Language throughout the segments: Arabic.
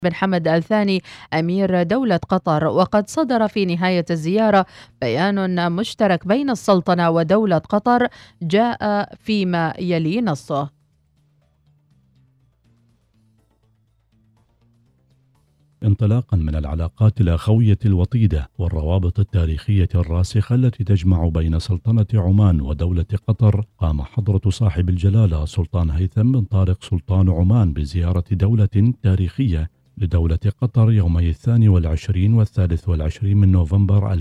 بن حمد آل ثاني أمير دولة قطر. وقد صدر في نهاية الزيارة بيان مشترك بين السلطنة ودولة قطر جاء فيما يلي نصه: انطلاقا من العلاقات الأخوية الوطيدة والروابط التاريخية الراسخة التي تجمع بين سلطنة عمان ودولة قطر، قام حضرة صاحب الجلالة السلطان هيثم بن طارق سلطان عمان بزيارة دولة تاريخية لدولة قطر يومي 22 و23 من نوفمبر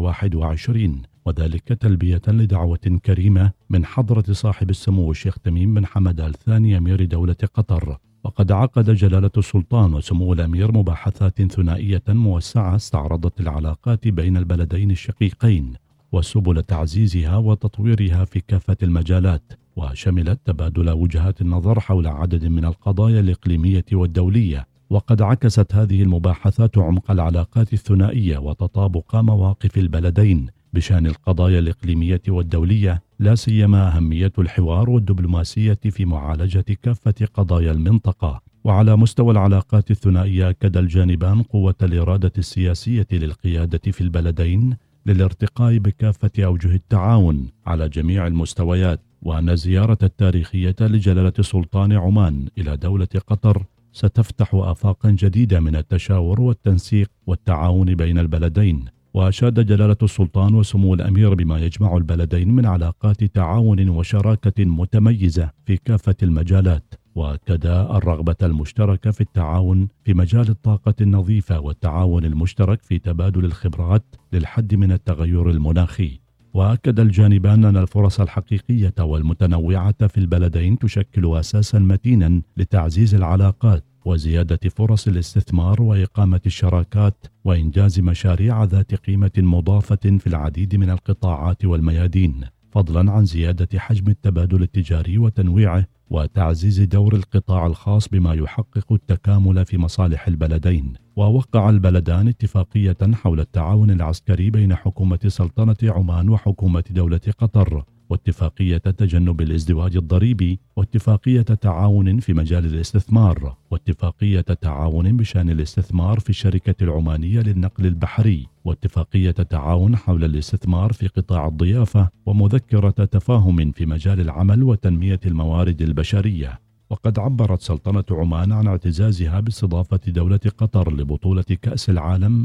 2021، وذلك تلبية لدعوة كريمة من حضرة صاحب السمو الشيخ تميم بن حمد آل ثاني أمير دولة قطر. وقد عقد جلالة السلطان وسمو الأمير مباحثات ثنائية موسعة استعرضت العلاقات بين البلدين الشقيقين وسبل تعزيزها وتطويرها في كافة المجالات، وشملت تبادل وجهات النظر حول عدد من القضايا الإقليمية والدولية. وقد عكست هذه المباحثات عمق العلاقات الثنائية وتطابق مواقف البلدين بشأن القضايا الإقليمية والدولية، لا سيما أهمية الحوار والدبلوماسية في معالجة كافة قضايا المنطقة. وعلى مستوى العلاقات الثنائية أكد الجانبان قوة الإرادة السياسية للقيادة في البلدين للارتقاء بكافة أوجه التعاون على جميع المستويات، وأن الزيارة التاريخية لجلالة سلطان عمان إلى دولة قطر ستفتح آفاقا جديدة من التشاور والتنسيق والتعاون بين البلدين. وأشاد جلالة السلطان وسمو الأمير بما يجمع البلدين من علاقات تعاون وشراكة متميزة في كافة المجالات، وأكدا الرغبة المشتركة في التعاون في مجال الطاقة النظيفة والتعاون المشترك في تبادل الخبرات للحد من التغير المناخي. وأكد الجانبان أن الفرص الحقيقية والمتنوعة في البلدين تشكل أساسا متينا لتعزيز العلاقات وزيادة فرص الاستثمار وإقامة الشراكات وإنجاز مشاريع ذات قيمة مضافة في العديد من القطاعات والميادين، فضلا عن زيادة حجم التبادل التجاري وتنويعه وتعزيز دور القطاع الخاص بما يحقق التكامل في مصالح البلدين. ووقع البلدان اتفاقية حول التعاون العسكري بين حكومة سلطنة عمان وحكومة دولة قطر، واتفاقية تجنب الازدواج الضريبي، واتفاقية تعاون في مجال الاستثمار، واتفاقية تعاون بشأن الاستثمار في الشركة العمانية للنقل البحري، واتفاقية تعاون حول الاستثمار في قطاع الضيافة، ومذكرة تفاهم في مجال العمل وتنمية الموارد البشرية. وقد عبرت سلطنة عمان عن اعتزازها باستضافة دولة قطر لبطولة كأس العالم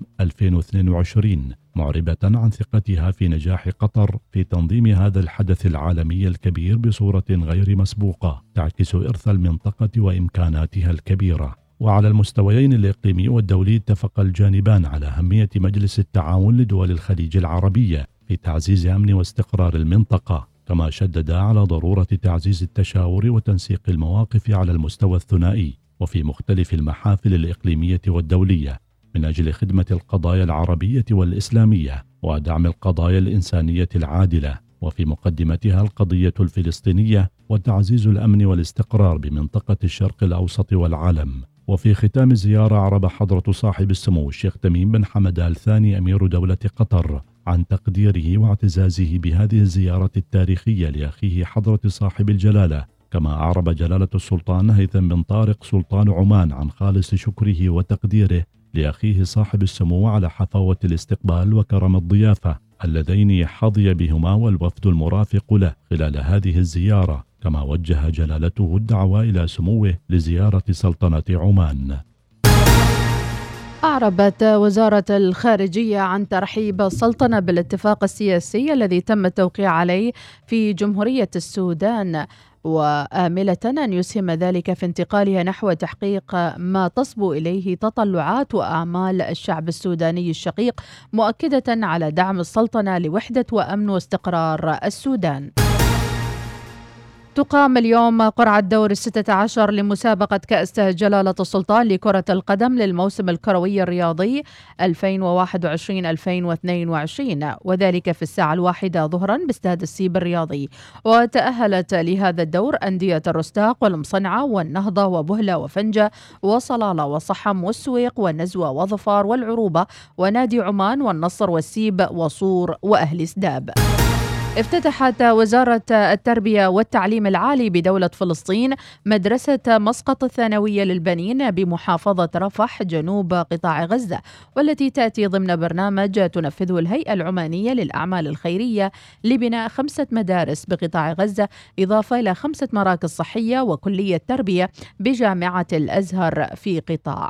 2022، معربة عن ثقتها في نجاح قطر في تنظيم هذا الحدث العالمي الكبير بصورة غير مسبوقة تعكس إرث المنطقة وإمكاناتها الكبيرة. وعلى المستويين الإقليمي والدولي اتفق الجانبان على أهمية مجلس التعاون لدول الخليج العربية في تعزيز أمن واستقرار المنطقة، كما شددا على ضرورة تعزيز التشاور وتنسيق المواقف على المستوى الثنائي وفي مختلف المحافل الإقليمية والدولية من أجل خدمة القضايا العربية والإسلامية ودعم القضايا الإنسانية العادلة، وفي مقدمتها القضية الفلسطينية وتعزيز الأمن والاستقرار بمنطقة الشرق الأوسط والعالم. وفي ختام الزيارة أعرب حضرة صاحب السمو الشيخ تميم بن حمد آل ثاني أمير دولة قطر عن تقديره واعتزازه بهذه الزيارة التاريخية لأخيه حضرة صاحب الجلالة، كما أعرب جلالة السلطان هيثم بن طارق سلطان عمان عن خالص شكره وتقديره لأخيه صاحب السمو على حفاوة الاستقبال وكرم الضيافة اللذين حظي بهما والوفد المرافق له خلال هذه الزيارة، كما وجه جلالته الدعوة إلى سموه لزيارة سلطنة عمان. أعربت وزارة الخارجية عن ترحيب السلطنة بالاتفاق السياسي الذي تم التوقيع عليه في جمهورية السودان، وآملة أن يسهم ذلك في انتقالها نحو تحقيق ما تصبو إليه تطلعات وآمال الشعب السوداني الشقيق، مؤكدة على دعم السلطنة لوحدة وأمن واستقرار السودان. تقام اليوم قرعة دور 16 لمسابقة كأس جلالة السلطان لكرة القدم للموسم الكروي الرياضي 2021-2022، وذلك في الساعة 1 ظهرا باستاد السيب الرياضي. وتأهلت لهذا الدور أندية الرستاق والمصنعة والنهضة وبهلة وفنجة وصلالة وصحم والسويق والنزوة وظفار والعروبة ونادي عمان والنصر والسيب وصور وأهل سداب. افتتحت وزارة التربية والتعليم العالي بدولة فلسطين مدرسة مسقط الثانوية للبنين بمحافظة رفح جنوب قطاع غزة، والتي تأتي ضمن برنامج تنفذه الهيئة العمانية للأعمال الخيرية لبناء 5 مدارس بقطاع غزة، إضافة إلى 5 مراكز صحية وكلية تربية بجامعة الأزهر في قطاع.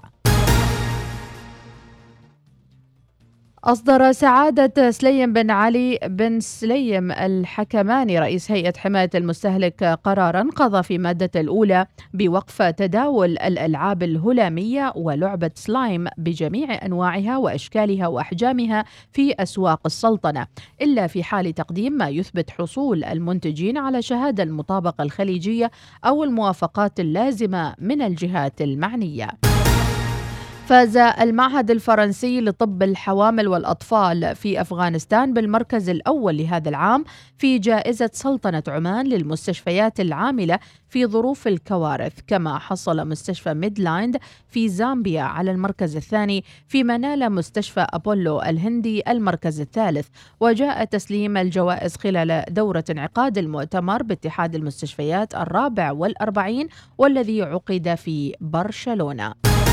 أصدر سعادة سليم بن علي بن سليم الحكماني رئيس هيئة حماية المستهلك قراراً قضى في مادة الأولى بوقف تداول الألعاب الهلامية ولعبة سلايم بجميع أنواعها وأشكالها وأحجامها في أسواق السلطنة، إلا في حال تقديم ما يثبت حصول المنتجين على شهادة المطابقة الخليجية أو الموافقات اللازمة من الجهات المعنية. فاز المعهد الفرنسي لطب الحوامل والأطفال في أفغانستان بالمركز الأول لهذا العام في جائزة سلطنة عمان للمستشفيات العاملة في ظروف الكوارث، كما حصل مستشفى ميدلاند في زامبيا على المركز الثاني، فيما نال مستشفى أبولو الهندي المركز الثالث. وجاء تسليم الجوائز خلال دورة انعقاد المؤتمر باتحاد المستشفيات 44 والذي عقد في برشلونة.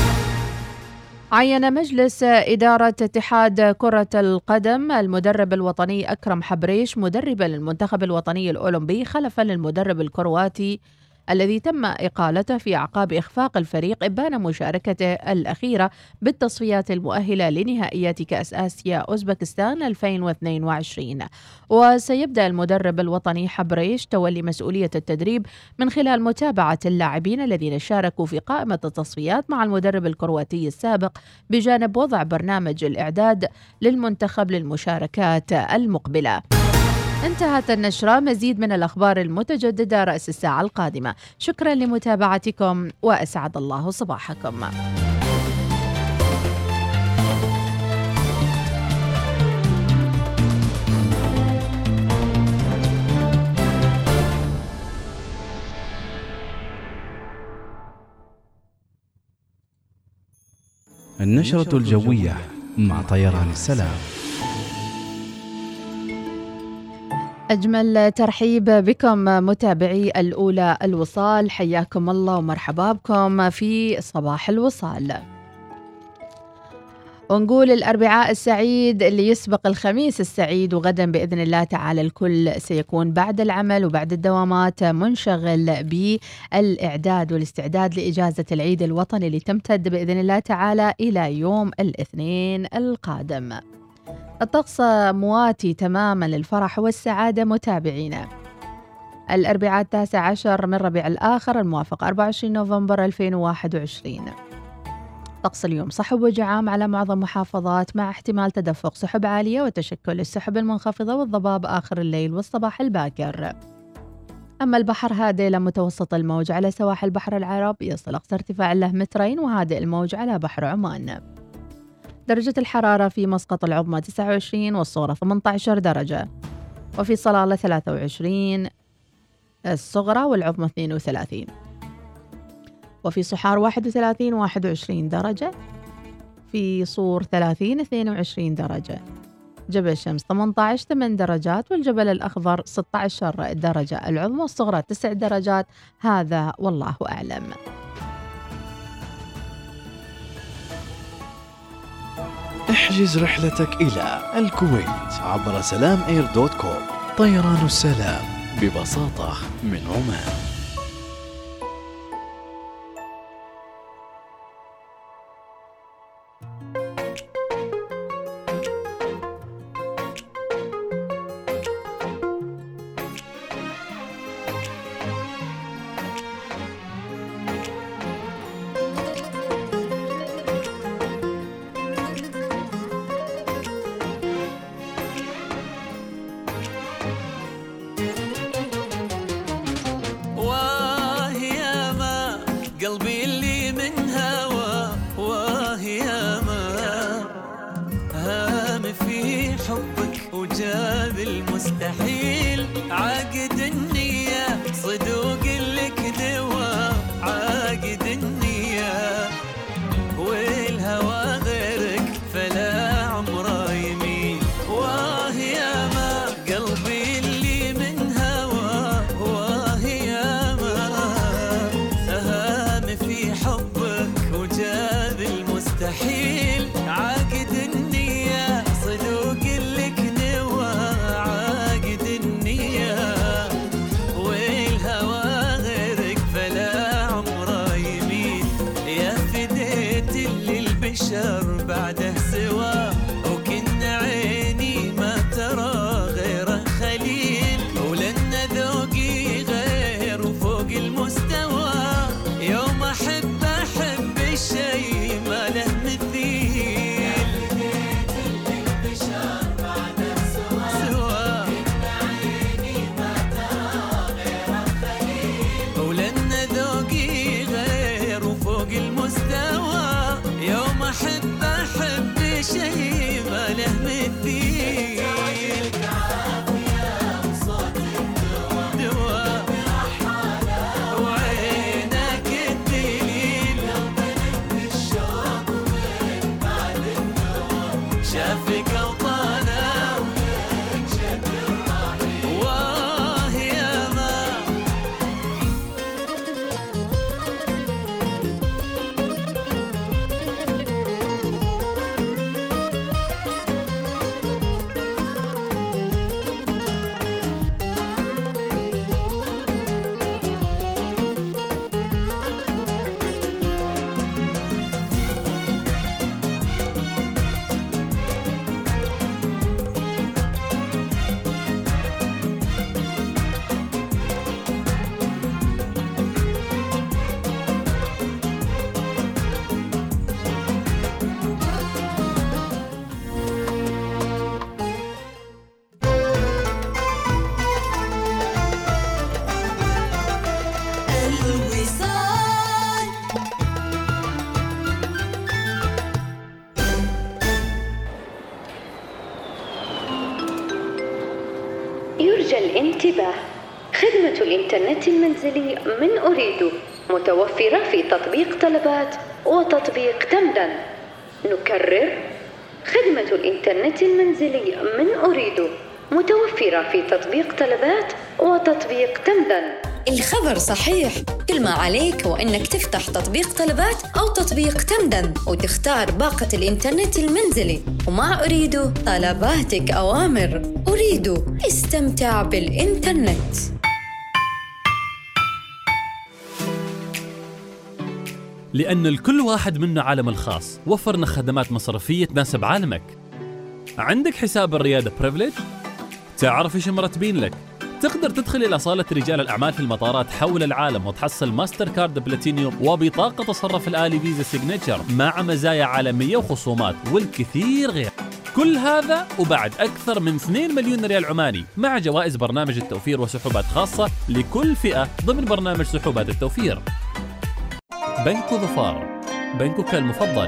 عين مجلس إدارة اتحاد كرة القدم المدرب الوطني أكرم حبريش مدربا للمنتخب الوطني الأولمبي خلفا للمدرب الكرواتي الذي تم إقالته في أعقاب إخفاق الفريق إبان مشاركته الأخيرة بالتصفيات المؤهلة لنهائيات كأس آسيا أوزبكستان 2022. وسيبدأ المدرب الوطني حبريش تولي مسؤولية التدريب من خلال متابعة اللاعبين الذين شاركوا في قائمة التصفيات مع المدرب الكرواتي السابق، بجانب وضع برنامج الإعداد للمنتخب للمشاركات المقبلة. انتهت النشرة، مزيد من الأخبار المتجددة رأس الساعة القادمة. شكرا لمتابعتكم وأسعد الله صباحكم. النشرة الجوية مع طيران السلام. أجمل ترحيب بكم متابعي الأولى الوصال، حياكم الله ومرحبا بكم في صباح الوصال. ونقول الأربعاء السعيد اللي يسبق الخميس السعيد، وغدا بإذن الله تعالى الكل سيكون بعد العمل وبعد الدوامات منشغل بالإعداد والاستعداد لإجازة العيد الوطني اللي تمتد بإذن الله تعالى إلى يوم الاثنين القادم. الطقس مواتي تماما للفرح والسعادة متابعينا. الأربعاء 19 من ربيع الآخر الموافق 24 نوفمبر 2021. طقس اليوم صحب وجعام على معظم محافظات، مع احتمال تدفق سحب عالية وتشكل السحب المنخفضة والضباب آخر الليل والصباح الباكر. أما البحر هادئ لمتوسط الموج على سواحل بحر العرب، يصل أقصى ارتفاع له 2 متر، وهادئ الموج على بحر عمان. درجة الحرارة في مسقط العظمى 29 والصغرى 18 درجة، وفي صلالة 23 الصغرى والعظمى 32، وفي صحار 31 21 درجة، في صور 30 22 درجة، جبل الشمس 18 8 درجات، والجبل الأخضر 16 درجة، العظمى والصغرى 9 درجات. هذا والله أعلم. احجز رحلتك إلى الكويت عبر SalamAir.com. طيران السلام ببساطة من عمان. قلبي اللي مستحيل عاقد النية صدوق لك نوى عاقد النية والهوى غيرك فلا عمره يميل يا فديت اللي البشر بعده سوا وكن عيني ما ترى غير خليل ولن ذوقي غير وفوق المستوى يوم أحب الشيء ما له مثيل اللي البشر بعده سوا كن عيني ما ترى غير خليل ولن ذوقي غير وفوق المستوى يوم أحب شيء ما له مثيل شافك وطانا واه يا ما يرجى الانتباه. خدمة الإنترنت المنزلي من أريد متوفرة في تطبيق طلبات وتطبيق دمدم. نكرر: خدمة الإنترنت المنزلي من أريد متوفرة في تطبيق طلبات وتطبيق دمدم. الخبر صحيح، كل ما عليك هو إنك تفتح تطبيق طلبات أو تطبيق تمدن وتختار باقة الإنترنت المنزلي. ومع أريدو طلباتك أوامر. أريدو، استمتع بالإنترنت. لأن الكل واحد منا عالم الخاص، وفرنا خدمات مصرفية تناسب عالمك. عندك حساب الريادة بريفليج؟ تعرف إيش مرتبين لك؟ تقدر تدخل إلى صالة رجال الأعمال في المطارات حول العالم وتحصل ماستر كارد بلاتينيوم وبطاقة تصرف الآلي فيزا سيجنتشر مع مزايا عالمية وخصومات والكثير غير. كل هذا وبعد أكثر من 2 مليون ريال عماني مع جوائز برنامج التوفير وسحوبات خاصة لكل فئة ضمن برنامج سحوبات التوفير. بنك ظفار، بنكك المفضل.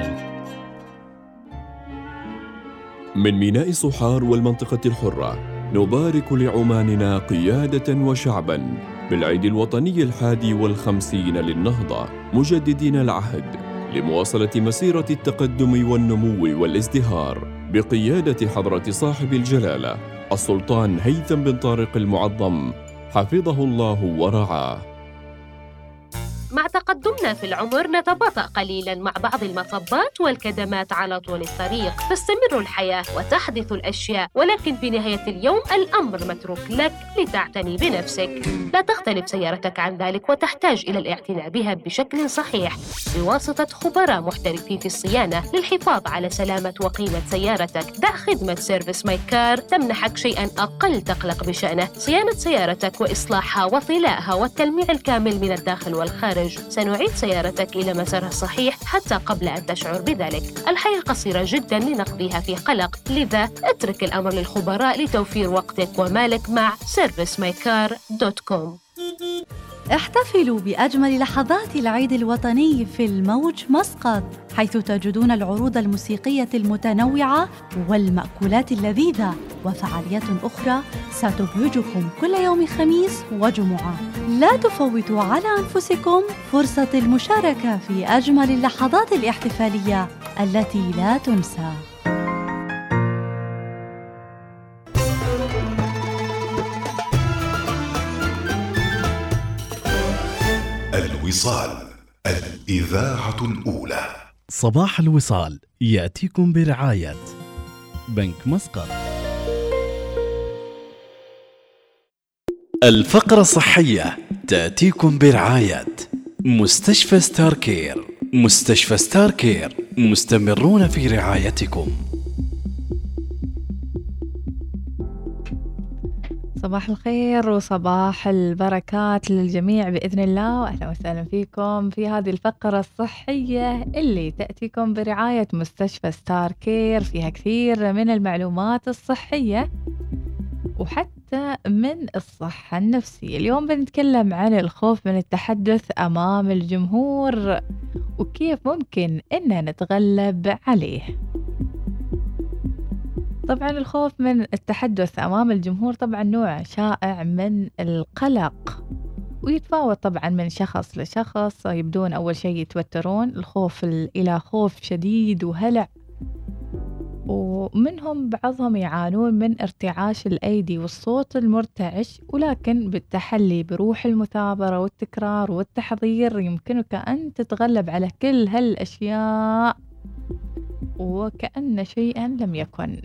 من ميناء صحار والمنطقة الحرة نبارك لعماننا قيادة وشعبا بالعيد الوطني 51 للنهضة، مجددين العهد لمواصلة مسيرة التقدم والنمو والازدهار بقيادة حضرة صاحب الجلالة السلطان هيثم بن طارق المعظم حفظه الله ورعاه. مع تقدمنا في العمر نتباطأ قليلاً مع بعض المطبات والكدمات على طول الطريق. تستمر الحياة وتحدث الأشياء، ولكن في نهاية اليوم الأمر متروك لك لتعتني بنفسك. لا تختلف سيارتك عن ذلك، وتحتاج إلى الاعتناء بها بشكل صحيح بواسطة خبراء محترفين في الصيانة للحفاظ على سلامة وقيمة سيارتك. دع خدمة سيرفيس ماي كار تمنحك شيئاً أقل تقلق بشأنه: صيانة سيارتك وإصلاحها وطلائها والتلميع الكامل من الداخل والخارج. سنعيد سيارتك إلى مسارها الصحيح حتى قبل أن تشعر بذلك. الحياة قصيرة جدا لنقضيها في قلق، لذا اترك الأمر للخبراء لتوفير وقتك ومالك مع servicemycar.com. احتفلوا بأجمل لحظات العيد الوطني في الموج مسقط، حيث تجدون العروض الموسيقية المتنوعة والمأكولات اللذيذة وفعاليات أخرى ستبهجكم كل يوم خميس وجمعة. لا تفوتوا على أنفسكم فرصة المشاركة في أجمل اللحظات الاحتفالية التي لا تنسى. الوصال، الإذاعة الأولى. صباح الوصال يأتيكم برعاية بنك مسقط. الفقرة الصحية تأتيكم برعاية مستشفى ستار كير. مستشفى ستار كير مستمرون في رعايتكم. صباح الخير وصباح البركات للجميع بإذن الله، وأهلا وسهلا فيكم في هذه الفقرة الصحية اللي تأتيكم برعاية مستشفى ستار كير. فيها كثير من المعلومات الصحية وحتى من الصحة النفسية. اليوم بنتكلم عن الخوف من التحدث أمام الجمهور وكيف ممكن إن نتغلب عليه. طبعا الخوف من التحدث أمام الجمهور طبعا نوع شائع من القلق، ويتفاوت طبعا من شخص لشخص. يبدون أول شيء يتوترون، الخوف إلى خوف شديد وهلع، ومنهم بعضهم يعانون من ارتعاش الأيدي والصوت المرتعش، ولكن بالتحلي بروح المثابرة والتكرار والتحضير يمكنك أن تتغلب على كل هالأشياء وكأن شيئا لم يكن.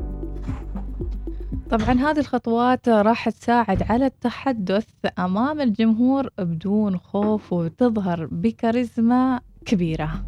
طبعا هذه الخطوات راح تساعد على التحدث أمام الجمهور بدون خوف وتظهر بكاريزما كبيرة.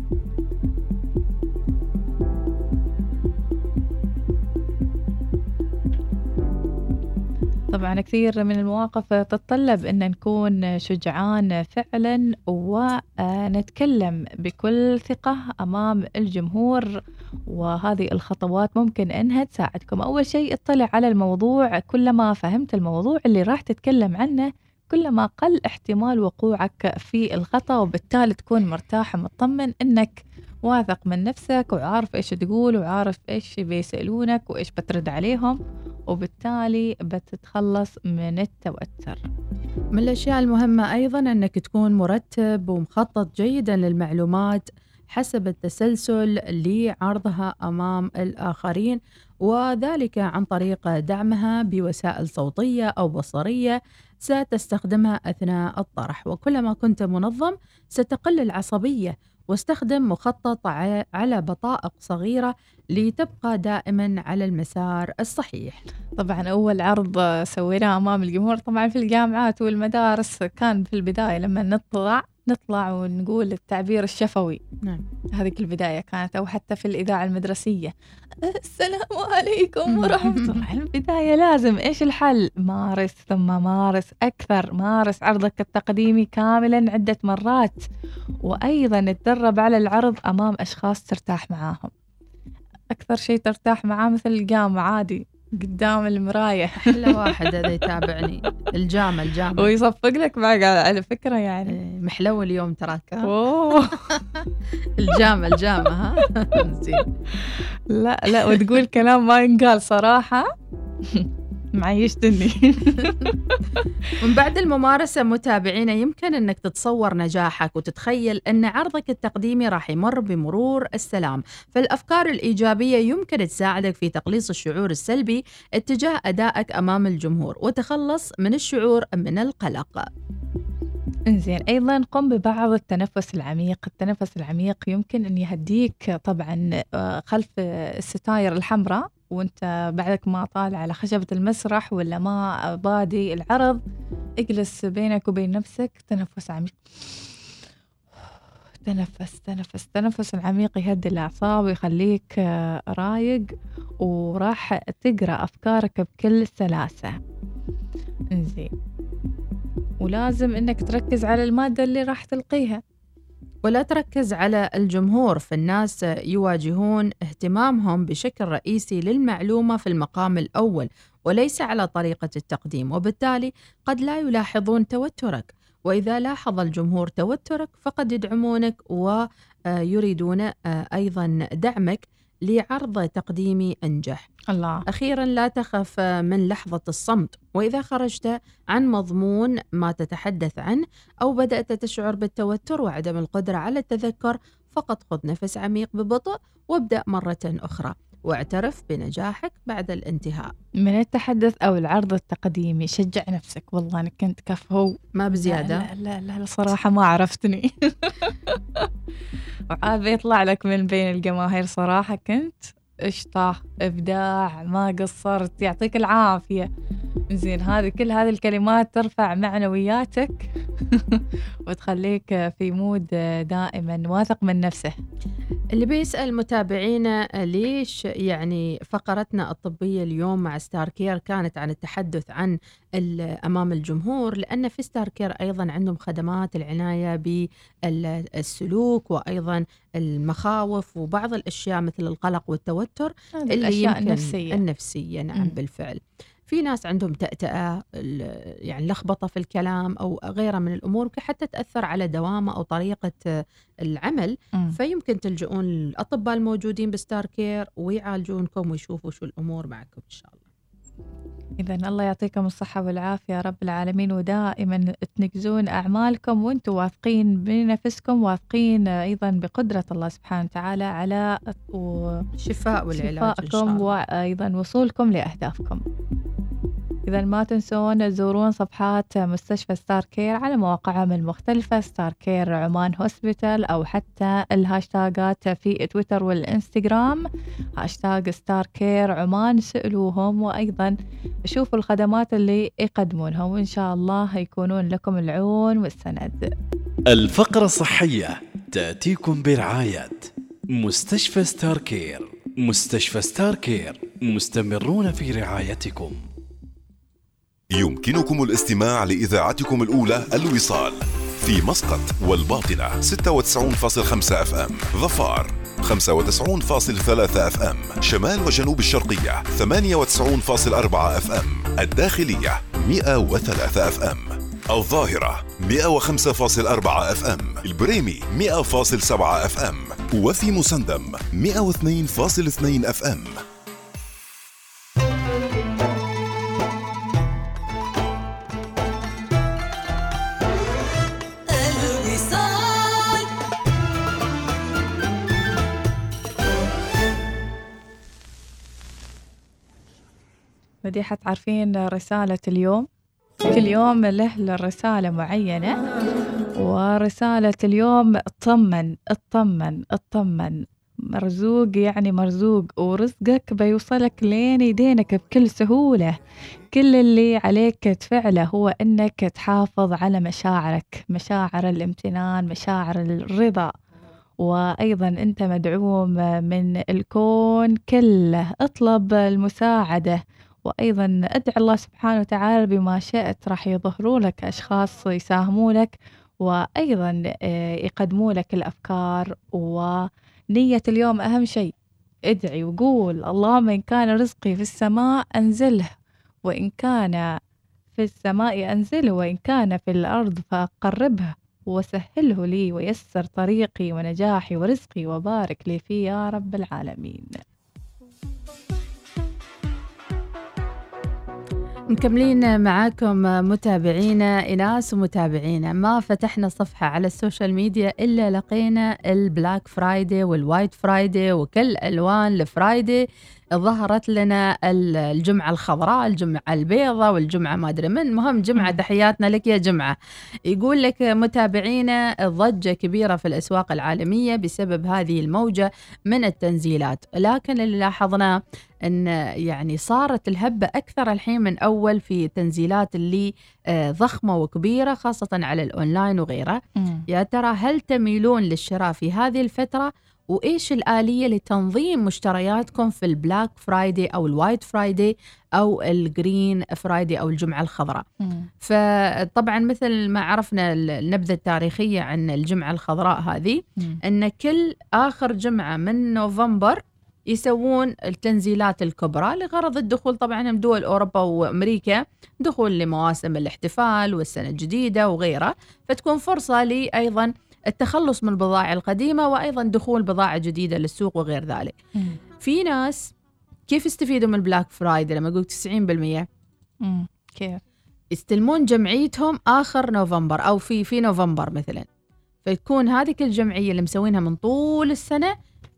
طبعا كثير من المواقف تتطلب أن نكون شجعان فعلا ونتكلم بكل ثقة أمام الجمهور، وهذه الخطوات ممكن أنها تساعدكم. أول شيء اطلع على الموضوع، كلما فهمت الموضوع اللي راح تتكلم عنه كلما قل احتمال وقوعك في الخطأ، وبالتالي تكون مرتاح ومطمن أنك واثق من نفسك وعارف إيش تقول وعارف إيش بيسألونك وإيش بترد عليهم، وبالتالي بتتخلص من التوتر. من الأشياء المهمة أيضا أنك تكون مرتب ومخطط جيدا للمعلومات حسب التسلسل لعرضها أمام الآخرين، وذلك عن طريق دعمها بوسائل صوتية أو بصرية ستستخدمها أثناء الطرح. وكلما كنت منظم ستقل العصبية، واستخدم مخطط على بطائق صغيرة لتبقى دائما على المسار الصحيح. طبعا أول عرض سويناه أمام الجمهور طبعا في الجامعات والمدارس كان في البداية لما نطلع ونقول التعبير الشفوي. نعم. هذه البداية كانت، أو حتى في الإذاعة المدرسية السلام عليكم ورحمة الله. البداية لازم إيش الحل؟ مارس ثم مارس أكثر، مارس عرضك التقديمي كاملا عدة مرات، وأيضا تدرب على العرض أمام أشخاص ترتاح معاهم. أكثر شيء ترتاح معاه مثل الجامعة عادي قدام المراية. أحلى واحد هذا يتابعني الجامع ويصفق لك معك على فكرة يعني محلو اليوم تراك. الجامع ها لا وتقول كلام ما ينقال صراحة. معيشتني. من بعد الممارسة متابعينا يمكن أنك تتصور نجاحك وتتخيل أن عرضك التقديمي راح يمر بمرور السلام. فالأفكار الإيجابية يمكن تساعدك في تقليص الشعور السلبي اتجاه أدائك أمام الجمهور وتخلص من الشعور من القلق. إنزين، أيضا قم ببعض التنفس العميق. التنفس العميق يمكن أن يهديك طبعا خلف الستاير الحمراء وانت بعدك ما طالع على خشبة المسرح ولا ما بادي العرض. اجلس بينك وبين نفسك، تنفس عميق، تنفس العميق يهدي الأعصاب ويخليك رايق، وراح تقرأ أفكارك بكل سلاسة. انزين، ولازم انك تركز على المادة اللي راح تلقيها ولا تركز على الجمهور. فالناس يواجهون اهتمامهم بشكل رئيسي للمعلومة في المقام الأول وليس على طريقة التقديم، وبالتالي قد لا يلاحظون توترك. وإذا لاحظ الجمهور توترك فقد يدعمونك ويريدون أيضا دعمك لعرض تقديمي أنجح. الله. أخيرا، لا تخف من لحظة الصمت، وإذا خرجت عن مضمون ما تتحدث عنه أو بدأت تشعر بالتوتر وعدم القدرة على التذكر فقط خذ نفس عميق ببطء وابدأ مرة أخرى. واعترف بنجاحك بعد الانتهاء. من التحدث أو العرض التقديمي شجع نفسك. والله أنا كنت كفو ما بزيادة. لا صراحة ما عرفتني. وعاد بيطلع لك من بين الجماهير. صراحة كنت اشطح، إبداع، ما قصرت، يعطيك العافية. زين، كل هذه الكلمات ترفع معنوياتك وتخليك في مود دائما واثق من نفسه. اللي بيسأل متابعينا ليش يعني فقرتنا الطبية اليوم مع ستار كير كانت عن التحدث عن أمام الجمهور، لأن في ستار كير أيضا عندهم خدمات العناية بالسلوك وأيضا المخاوف وبعض الأشياء مثل القلق والتوتر اللي الأشياء النفسية. نعم بالفعل. في ناس عندهم تأتأة، يعني لخبطة في الكلام أو غيرها من الأمور حتى تأثر على دوامه أو طريقة العمل. فيمكن تلجؤون الأطباء الموجودين بستار كير ويعالجونكم ويشوفوا شو الأمور معكم إن شاء الله. إذن الله يعطيكم الصحة والعافية يا رب العالمين، ودائما تنجزون أعمالكم وانتم واثقين بنفسكم، واثقين أيضا بقدرة الله سبحانه وتعالى على الشفاء والعلاج إن شاء الله، وأيضا وصولكم لأهدافكم. إذا ما تنسون تزورون صفحات مستشفى ستار كير على مواقعهم المختلفة، ستار كير عمان هوسبيتال، أو حتى الهاشتاجات في تويتر والإنستغرام هاشتاج ستار كير عمان، سألوهم وأيضا شوفوا الخدمات اللي يقدمونها، وإن شاء الله يكونون لكم العون والسند. الفقرة الصحية تأتيكم برعاية مستشفى ستار كير. مستشفى ستار كير مستمرون في رعايتكم. يمكنكم الاستماع لإذاعتكم الأولى الوصال في مسقط والباطنة 96.5 FM، ظفار 95.3 FM، شمال وجنوب الشرقية 98.4 FM، الداخلية 103 FM، الظاهرة 105.4 FM، البريمي 100.7 FM، وفي مسندم 102.2 FM. مديحة، تعرفين رسالة اليوم؟ كل يوم له رسالة معينة، ورسالة اليوم اطمن مرزوق، يعني مرزوق، ورزقك بيوصلك لين يدينك بكل سهولة. كل اللي عليك تفعله هو أنك تحافظ على مشاعرك، مشاعر الامتنان، مشاعر الرضا، وأيضا أنت مدعوم من الكون كله. اطلب المساعدة، وأيضا أدعي الله سبحانه وتعالى بما شئت، راح يظهروا لك أشخاص يساهموا لك، وأيضا يقدموا لك الأفكار. ونية اليوم أهم شيء، ادعي وقول اللهم إن كان رزقي في السماء أنزله، وإن كان في السماء أنزله، وإن كان في الأرض فأقربه، وسهله لي ويسر طريقي ونجاحي ورزقي، وبارك لي فيه يا رب العالمين. مكملين معاكم متابعينا إناس ومتابعينا. ما فتحنا صفحة على السوشيال ميديا إلا لقينا البلاك فرايدي والوايت فرايدي وكل ألوان الفرايدي ظهرت لنا. الجمعة الخضراء، الجمعة البيضاء، والجمعة ما أدري من، مهم جمعة. تحياتنا لك يا جمعة. يقول لك متابعينا ضجة كبيرة في الأسواق العالمية بسبب هذه الموجة من التنزيلات، لكن اللي لاحظناه أن يعني صارت الهبة أكثر الحين من أول في تنزيلات اللي ضخمة وكبيرة، خاصة على الأونلاين وغيره. يا ترى هل تميلون للشراء في هذه الفترة؟ وإيش الآلية لتنظيم مشترياتكم في البلاك فرايدي أو الوايت فرايدي أو الجرين فرايدي أو الجمعة الخضراء؟ فطبعا مثل ما عرفنا النبذة التاريخية عن الجمعة الخضراء هذه، أن كل آخر جمعة من نوفمبر يسوون التنزيلات الكبرى لغرض الدخول طبعا من دول أوروبا وأمريكا، دخول لمواسم الاحتفال والسنة الجديدة وغيرها، فتكون فرصة لي أيضا التخلص من البضائع القديمة، وأيضا دخول بضائع جديدة للسوق وغير ذلك. في ناس كيف يستفيدوا من البلاك فرايدي لما قلت 90%؟ كيف يستلمون جمعيتهم آخر نوفمبر أو في نوفمبر مثلا، فيكون هذه الجمعية اللي مسوينها من طول السنة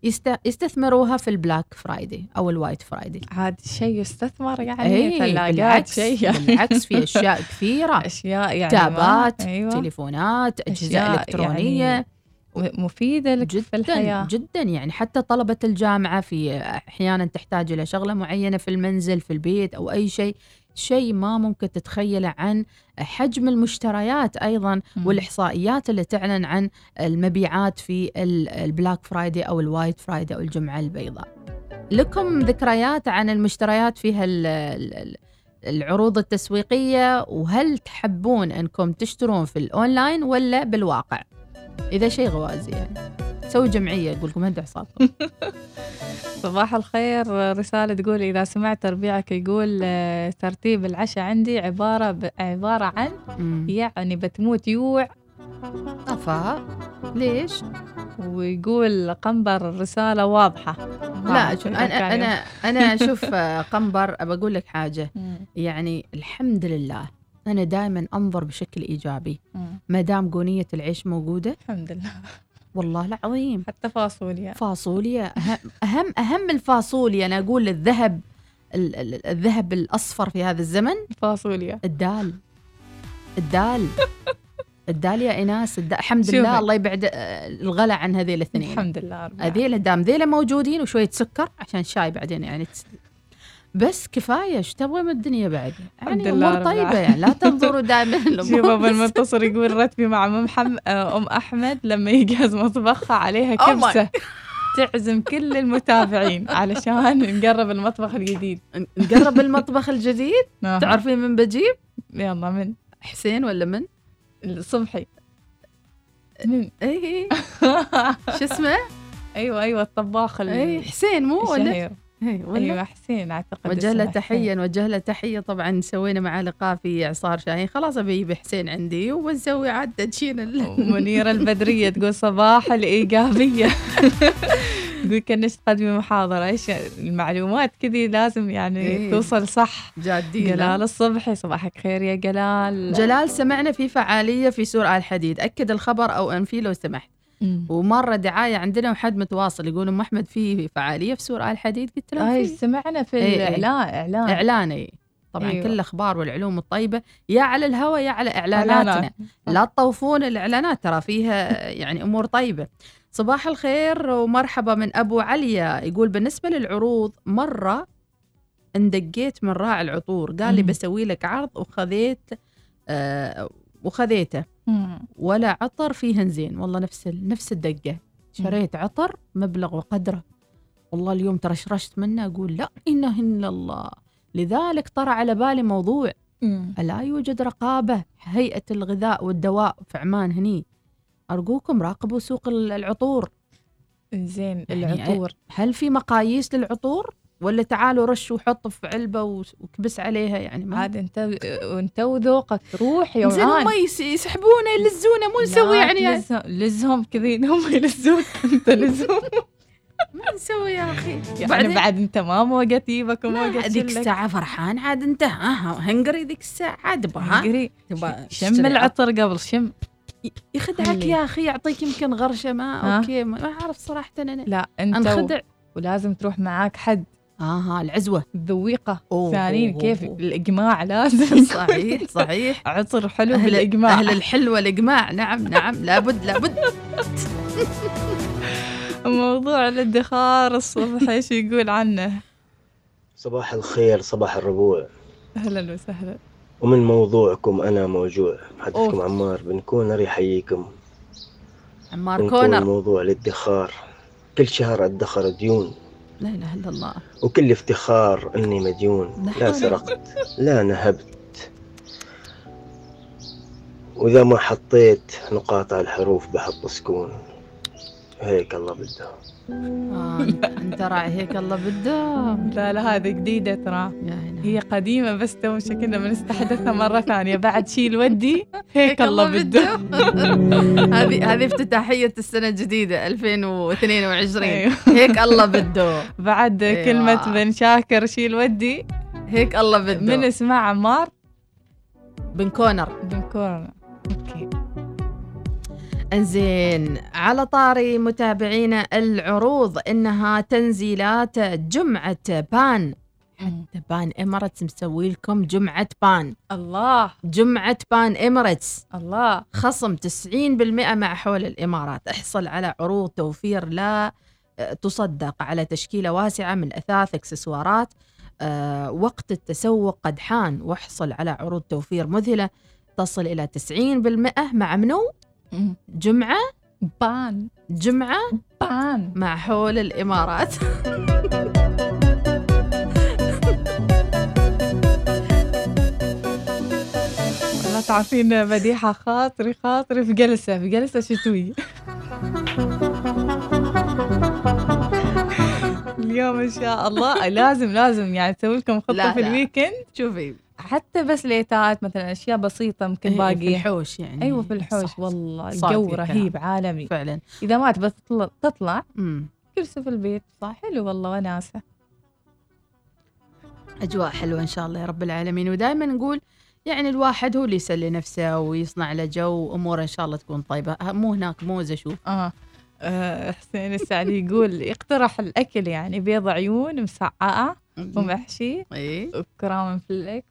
يستثمروها في البلاك فرايدي أو الوايت فرايدي. عاد شيء يستثمر يعني، ثلاجات شيء يعني. بالعكس في أشياء كثيرة، أشياء يعني تابات، أيوة. تليفونات، أجهزة إلكترونية يعني مفيدة لك جداً في الحياة جدا. يعني حتى طلبة الجامعة في أحيانا تحتاج إلى شغلة معينة في المنزل في البيت أو أي شيء ما ممكن تتخيله عن حجم المشتريات أيضا والإحصائيات اللي تعلن عن المبيعات في البلاك فرايدي أو الوايت فرايدي أو الجمعة البيضاء. لكم ذكريات عن المشتريات فيها العروض التسويقية؟ وهل تحبون أنكم تشترون في الأونلاين ولا بالواقع؟ إذا شيء غوازي يعني سوي جمعية يقول لكم هدوا حصالكم. صباح الخير، رسالة تقول إذا سمعت ربيعك يقول ترتيب العشاء عندي عبارة عن يعني بتموت يوع أفا ليش؟ ويقول قنبر الرسالة واضحة. لا أنا أشوف قنبر بقول لك حاجة يعني الحمد لله أنا دائما أنظر بشكل إيجابي ما دام قونية العيش موجودة الحمد لله والله العظيم. حتى فاصوليا أهم الفاصوليا. أنا أقول الذهب الأصفر في هذا الزمن فاصوليا. الدال يا إناس الحمد لله الله يبعد الغلا عن هذيل الاثنين. الحمد لله. هذيل دام ذيلا موجودين وشوية سكر عشان شاي بعدين يعني بس كفاية. ايش تبغى من الدنيا بعد يعني أمور طيبة يعني لا تنظروا دائما. شباب المنتصر يقول رتبي مع أم أحمد لما يجهز مطبخها عليها كبسة تعزم كل المتابعين علشان نقرب المطبخ الجديد. تعرفين من بجيب؟ يلا من حسين ولا من الصبحي من ايه شو اسمه؟ ايوه الطباخ حسين مو ولا ايوه حسين اعتقد. نوجه له تحيه طبعا. سوينا معاه لقاء في اعصار شاهين. خلاص ابي حسين عندي وبنسوي عاد تدشين. منيره البدريه تقول صباح الايجابيه. تقول كنش تقدمي محاضره ايش المعلومات كذي لازم يعني توصل صح. جادين. جلال الصبحي صباحك خير يا جلال. سمعنا في فعاليه في سور آل حديد، اكد الخبر او انفي لو سمحت. ومرة دعاية عندنا وحد متواصل يقول أم أحمد في فعالية في سور آل حديد. قلت له سمعنا في إعلان طبعا كل الأخبار والعلوم الطيبة يا على الهوى يا على إعلاناتنا. لا تطوفون الإعلانات ترى فيها يعني أمور طيبة. صباح الخير ومرحبا من أبو عليا. يقول بالنسبة للعروض مرة اندقيت من راعي العطور قال لي بسوي لك عرض وخذيته ولا عطر فيه زين. والله نفس الدقة. شريت عطر مبلغ وقدره والله اليوم ترشرشت منه أقول لا إله إلا الله. لذلك طرى على بالي موضوع ألا يوجد رقابة هيئة الغذاء والدواء في عمان هني. أرجوكم راقبوا سوق العطور. زين يعني العطور هل في مقاييس للعطور ولا تعالوا رش وحط في علبة وكبس عليها يعني عاد انت وذوقك روح يا زين. هم يسحبونه يلزونه مو نسوي يعني لزهم كذي هم يلزون انت لزهم ما نسوي يا أخي يعني بعد انت ما موقت يبك وموقت ذيك الساعة فرحان عاد انت هنقري ذيك الساعة عاد تبغى شم العطر قبل شم يخدعك يا أخي يعطيك يمكن غرشة ما أوكي ما أعرف صراحة أنا لا انخدع ولازم تروح معاك حد العزوة الذويقة ثانيين كيف الإجماع لازم. صحيح عطر حلو بالإجماع. أهل الحلوة الإجماع نعم لابد. موضوع الادخار الصبح ايش يقول عنه؟ صباح الخير صباح الربوع. أهلا وسهلا. ومن موضوعكم أنا موجوع محدثكم عمار بن كونر يحييكم. عمار كونر. موضوع الادخار كل شهر أدخر ديون. لا إله إلا الله. وكل افتخار أني مديون. لا سرقت لا نهبت وإذا ما حطيت نقاط على الحروف بحط سكون. هيك الله بده. أنت راعي هيك الله بده. لا هذه جديدة ترى هي قديمة بس تو شكلنا بنستحدثها مرة ثانية بعد شيل ودي هيك الله بده. هذه افتتاحية السنة الجديدة 2022. هيك الله بده. بعد كلمة بن شاكر شيل ودي هيك الله بده. من اسمه عمار بن كونر. اوكي. انزين، على طاري متابعينا العروض، انها تنزيلات جمعة بان. حتى بان إمارتس مسوي لكم جمعة بان. الله، جمعة بان إمارتس. الله، خصم 90% مع حول الإمارات. احصل على عروض توفير لا تصدق على تشكيلة واسعة من أثاث اكسسوارات. وقت التسوق قد حان، واحصل على عروض توفير مذهلة تصل إلى 90% مع منو؟ جمعة بان. جمعة بان مع حول الإمارات. والله تعرفين مديحة، خاطري في جلسة شتوية اليوم إن شاء الله. لازم يعني تسوي لكم خطة في الويكند. شوفي حتى بس ليتات مثلا، أشياء بسيطة ممكن باقي في الحوش يعني. أيوة في الحوش. صح. والله الجو رهيب عالمي فعلا. إذا ما تبغى تطلع جلسوا في البيت. صح، حلو والله، وناسة، أجواء حلوة إن شاء الله يا رب العالمين. ودائما نقول يعني الواحد هو اللي يسلي نفسه ويصنع له جو، أموره إن شاء الله تكون طيبة. مو هناك موزة. شوف حسين السعدي يقول اقترح الأكل يعني بيض عيون مسعقة ومحشي وكرام فليكس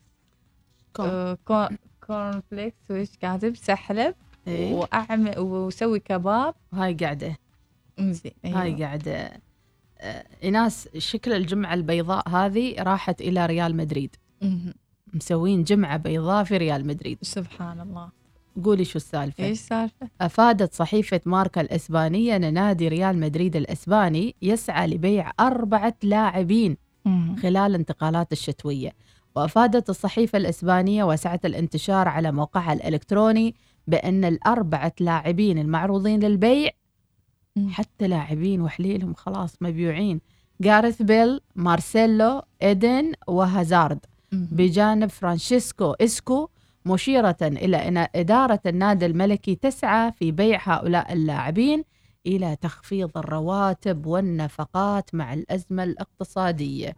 كورن فليكس وإيش كاتب سحلب وسوي كباب. هاي قاعدة زين. هاي قاعدة إناس. شكل الجمعة البيضاء هذه راحت إلى ريال مدريد. مسوين جمعة بيضاء في ريال مدريد. سبحان الله. قولي شو السالفة؟ إيش السالفة؟ أفادت صحيفة ماركا الإسبانية أن نادي ريال مدريد الإسباني يسعى لبيع 4 لاعبين خلال انتقالات الشتوية. وأفادت الصحيفة الإسبانية وسعة الانتشار على موقعها الإلكتروني بأن ال4 لاعبين المعروضين للبيع حتى لاعبين وحليلهم خلاص مبيوعين: غاريث بيل، مارسيلو، إيدن وهازارد، بجانب فرانشيسكو إسكو، مشيرة إلى أن إدارة النادي الملكي تسعى في بيع هؤلاء اللاعبين إلى تخفيض الرواتب والنفقات مع الأزمة الاقتصادية.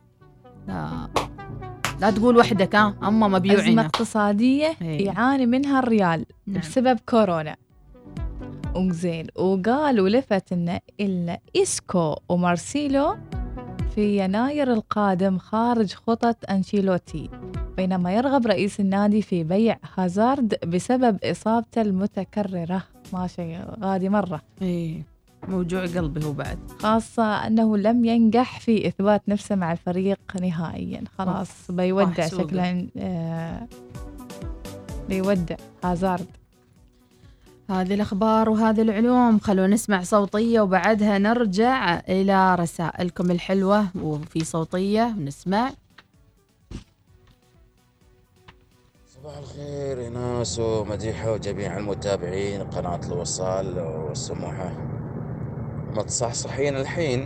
لا تقول وحدك أما مبيوعين. أزمة اقتصادية يعاني منها الريال بسبب كورونا. وزين، وقال ولفت إن إسكو ومارسيلو في يناير القادم خارج خطط أنشيلوتي، بينما يرغب رئيس النادي في بيع هازارد بسبب إصابته المتكررة. ماشي غادي مرة. موجوع قلبي هو بعد، خاصة أنه لم ينجح في إثبات نفسه مع الفريق نهائيا. خلاص بيودع شكلا. بيودع هازارد. هذه الأخبار وهذه العلوم. خلونا نسمع صوتية وبعدها نرجع إلى رسائلكم الحلوة. وفي صوتية ونسمع. صباح الخير إيناس ومديحة وجميع المتابعين قناة الوصال والسموحة. متصحصحين الحين.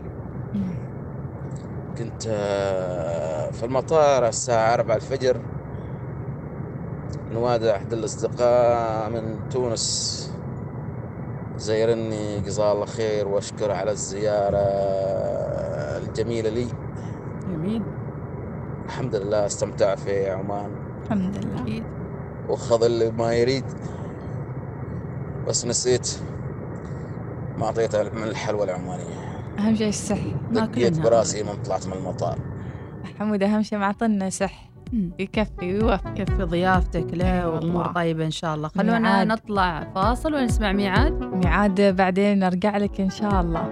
كنت في المطار الساعة 4 الفجر نوادع أحد الأصدقاء من تونس زيرني جزاه الله خير وأشكر على الزيارة الجميلة لي. جميل. الحمد لله استمتع في عمان. الحمد لله. وخذ اللي ما يريد، بس نسيت ما أعطيته من الحلوى العمانية. أهم شيء السح. دقيت براسي من طلعت من المطار. حمود أهم شيء معطينا سح يكفي ويوفي. يكفي ضيافتك له وأمور طيبة إن شاء الله. خلونا نطلع فاصل ونسمع ميعاد بعدين نرجع لك إن شاء الله.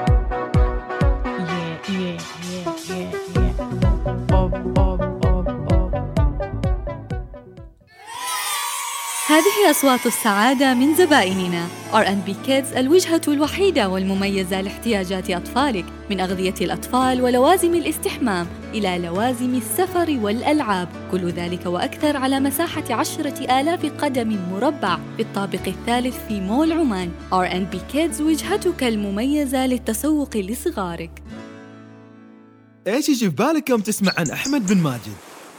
هذه أصوات السعادة من زبائننا. R&B Kids، الوجهة الوحيدة والمميزة لاحتياجات أطفالك، من أغذية الأطفال ولوازم الاستحمام إلى لوازم السفر والألعاب، كل ذلك وأكثر على مساحة 10,000 قدم مربع في الطابق الثالث في مول عمان. R&B Kids، وجهتك المميزة للتسوق لصغارك. إيش يجي في بالك يوم تسمع عن أحمد بن ماجد؟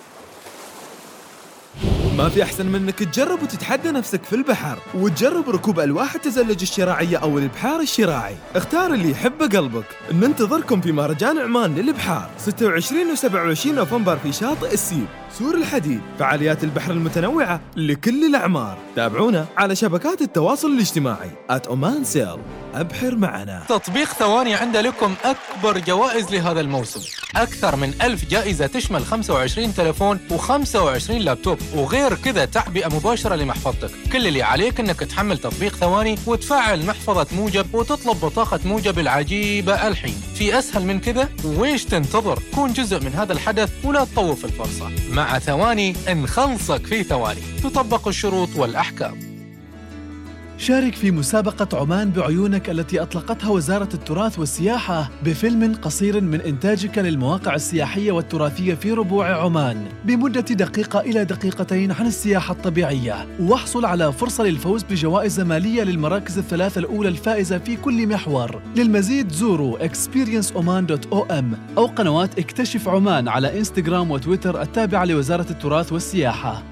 ما في أحسن من أنك تجرب وتتحدى نفسك في البحر، وتجرب ركوب ألواح التزلج الشراعية أو البحار الشراعي. اختار اللي يحبه قلبك. ننتظركم في مهرجان عمان للبحار 26 و27 نوفمبر في شاطئ السيب. سور الحديد، فعاليات البحر المتنوعة لكل الأعمار. تابعونا على شبكات التواصل الاجتماعي @OmanSail. أبحر معنا. تطبيق ثواني عنده لكم أكبر جوائز لهذا الموسم، أكثر من 1000 جائزة تشمل 25 تلفون و25 لابتوب، وغير كذا تعبئة مباشرة لمحفظتك. كل اللي عليك أنك تحمل تطبيق ثواني وتفعل محفظة موجب وتطلب بطاقة موجب العجيبة الحين. في أسهل من كذا؟ ويش تنتظر؟ كون جزء من هذا الحدث ولا تطوف الفرصة. مع ثواني نخلصك في ثواني، تطبق الشروط والأحكام. شارك في مسابقة عمان بعيونك التي أطلقتها وزارة التراث والسياحة بفيلم قصير من إنتاجك للمواقع السياحية والتراثية في ربوع عمان بمدة دقيقة إلى دقيقتين عن السياحة الطبيعية، واحصل على فرصة للفوز بجوائز مالية للمراكز الثلاثة الأولى الفائزة في كل محور. للمزيد زوروا experienceoman.om أو قنوات اكتشف عمان على إنستغرام وتويتر التابعة لوزارة التراث والسياحة.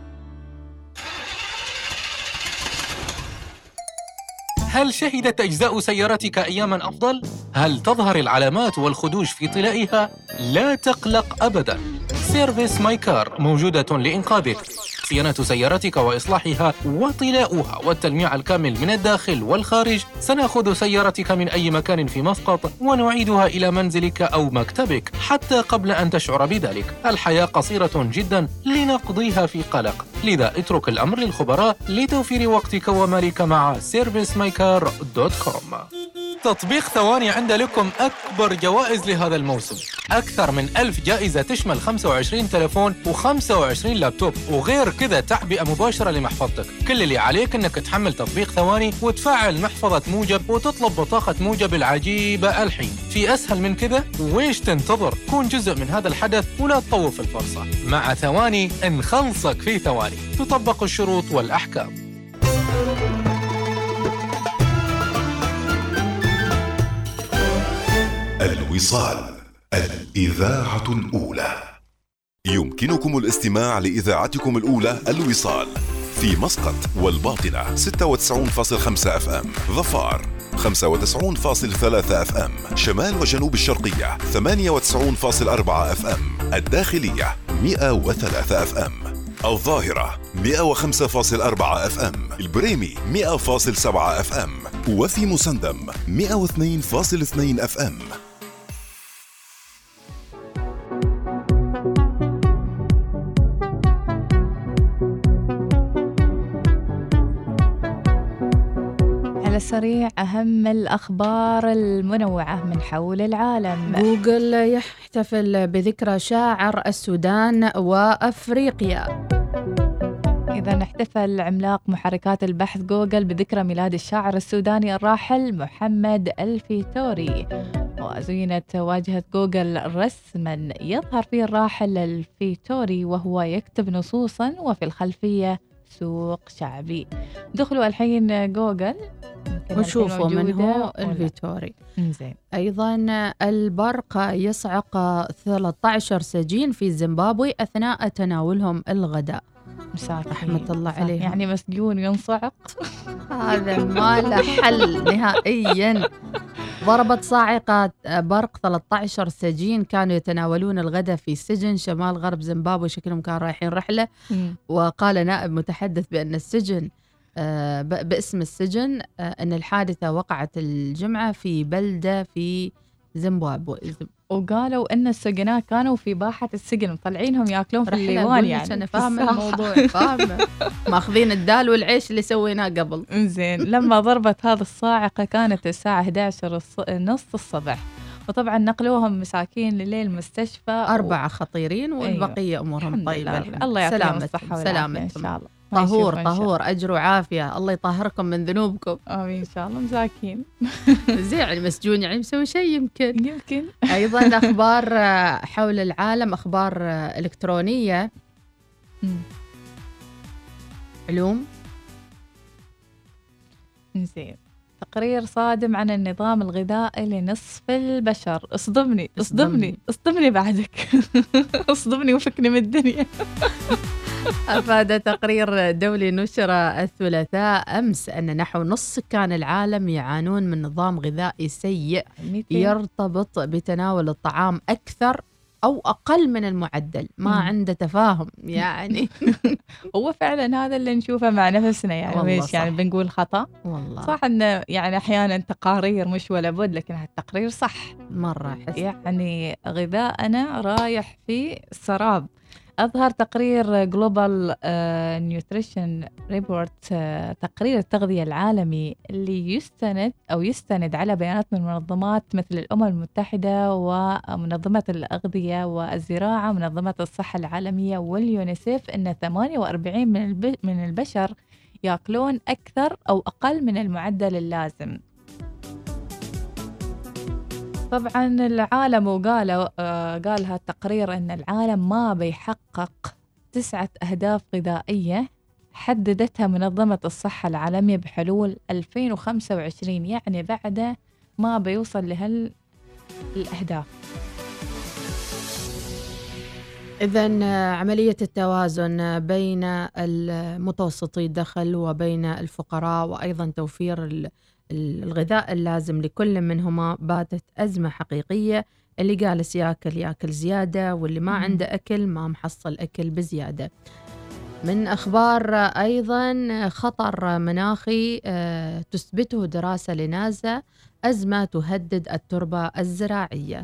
هل شهدت أجزاء سيارتك أياماً أفضل؟ هل تظهر العلامات والخدوش في طلائها؟ لا تقلق أبداً، سيرفيس ماي كار موجودة لإنقاذك. صيانة سيارتك وإصلاحها وطلاؤها والتلميع الكامل من الداخل والخارج. سنأخذ سيارتك من أي مكان في مسقط ونعيدها إلى منزلك أو مكتبك حتى قبل أن تشعر بذلك. الحياة قصيرة جدا لنقضيها في قلق، لذا اترك الأمر للخبراء لتوفير وقتك ومالك مع servicemycar.com. تطبيق ثواني عنده لكم أكبر جوائز لهذا الموسم، أكثر من 1000 جائزة تشمل 25 تلفون و25 لابتوب، وغير كذا تعبئة مباشرة لمحفظتك. كل اللي عليك أنك تحمل تطبيق ثواني وتفعل محفظة موجب وتطلب بطاقة موجب العجيبة الحين. في أسهل من كذا؟ ويش تنتظر؟ كون جزء من هذا الحدث ولا تطوف الفرصة. مع ثواني نخلصك في ثواني، تطبق الشروط والأحكام. الوصال، الإذاعة الأولى. يمكنكم الاستماع لإذاعتكم الأولى الوصال في مسقط والباطنة 96.5 FM، ظفار 95.3 FM، شمال وجنوب الشرقية 98.4 FM، الداخلية 103 FM، الظاهرة 105.4 FM، البريمي 100.7 FM، وفي مسندم 102.2 FM. على السريع أهم الأخبار المنوعة من حول العالم. جوجل يحتفل بذكرى شاعر السودان وأفريقيا. إذا احتفل عملاق محركات البحث جوجل بذكرى ميلاد الشاعر السوداني الراحل محمد الفيتوري، وزينت واجهة جوجل رسما يظهر فيه الراحل الفيتوري وهو يكتب نصوصا وفي الخلفية سوق شعبي. دخلوا الحين جوجل وشوفوا من هو الفيتوري. زين. أيضا البرق يصعق 13 سجين في زيمبابوي أثناء تناولهم الغداء. رحمة الله عليه. يعني مسجون ينصعق. هذا ما له حل نهائيا. ضربت صاعقة برق 13 سجين كانوا يتناولون الغداء في سجن شمال غرب زيمبابوي، شكلهم كانوا رايحين رحلة. وقال نائب متحدث بأن السجن باسم السجن أن الحادثة وقعت الجمعة في بلدة في زيمبابوي، وقالوا أن السجناء كانوا في باحة السجن مطلعينهم يأكلون في الليوان. يعني أنا فاهمة الموضوع، فاهمة ماخذين الدال والعيش اللي سويناه قبل. زين. لما ضربت هذه الصاعقة كانت الساعة 11:30 الصبح، وطبعا نقلوهم مساكين لليل مستشفى. 4 خطيرين والبقية أمورهم طيبة. الله يعطيهم الصحة والعافية إن شاء الله. طهور أجر وعافية، الله يطهركم من ذنوبكم. آمين إن شاء الله. مساكين. زين، يعني مسجون يعني مسوي شيء يمكن. أيضا أخبار حول العالم، أخبار إلكترونية. علوم. زين. تقرير صادم عن النظام الغذائي لنصف البشر. اصدمني بعدك. اصدمني وفكني من الدنيا. أفاد تقرير دولي نشر الثلاثاء أمس أن نحو نصف سكان العالم يعانون من نظام غذائي سيء يرتبط بتناول الطعام أكثر أو أقل من المعدل، ما عنده تفاهم يعني. هو فعلا هذا اللي نشوفه مع نفسنا يعني. مش يعني بنقول خطأ والله صح، إنه يعني أحيانا تقارير مش ولا بد، لكن هالتقرير صح مرة حس. يعني غذائنا رايح في السراب. أظهر تقرير جلوبال نيوتريشن ريبورت، تقرير التغذية العالمي اللي يستند على بيانات من منظمات مثل الأمم المتحدة ومنظمة الأغذية والزراعة ومنظمة الصحة العالمية واليونيسيف، أن 48 من البشر يأكلون أكثر أو أقل من المعدل اللازم. طبعا العالم قال هالتقرير أن العالم ما بيحقق 9 أهداف غذائية حددتها منظمة الصحة العالمية بحلول 2025، يعني بعد ما بيوصل الأهداف. إذن عملية التوازن بين المتوسطي الدخل وبين الفقراء وأيضا توفير الغذاء اللازم لكل منهما باتت أزمة حقيقية. اللي جالس ياكل زيادة، واللي ما عنده أكل ما محصل أكل بزيادة. من أخبار أيضا خطر مناخي تثبته دراسة لناسا أزمة تهدد التربة الزراعية.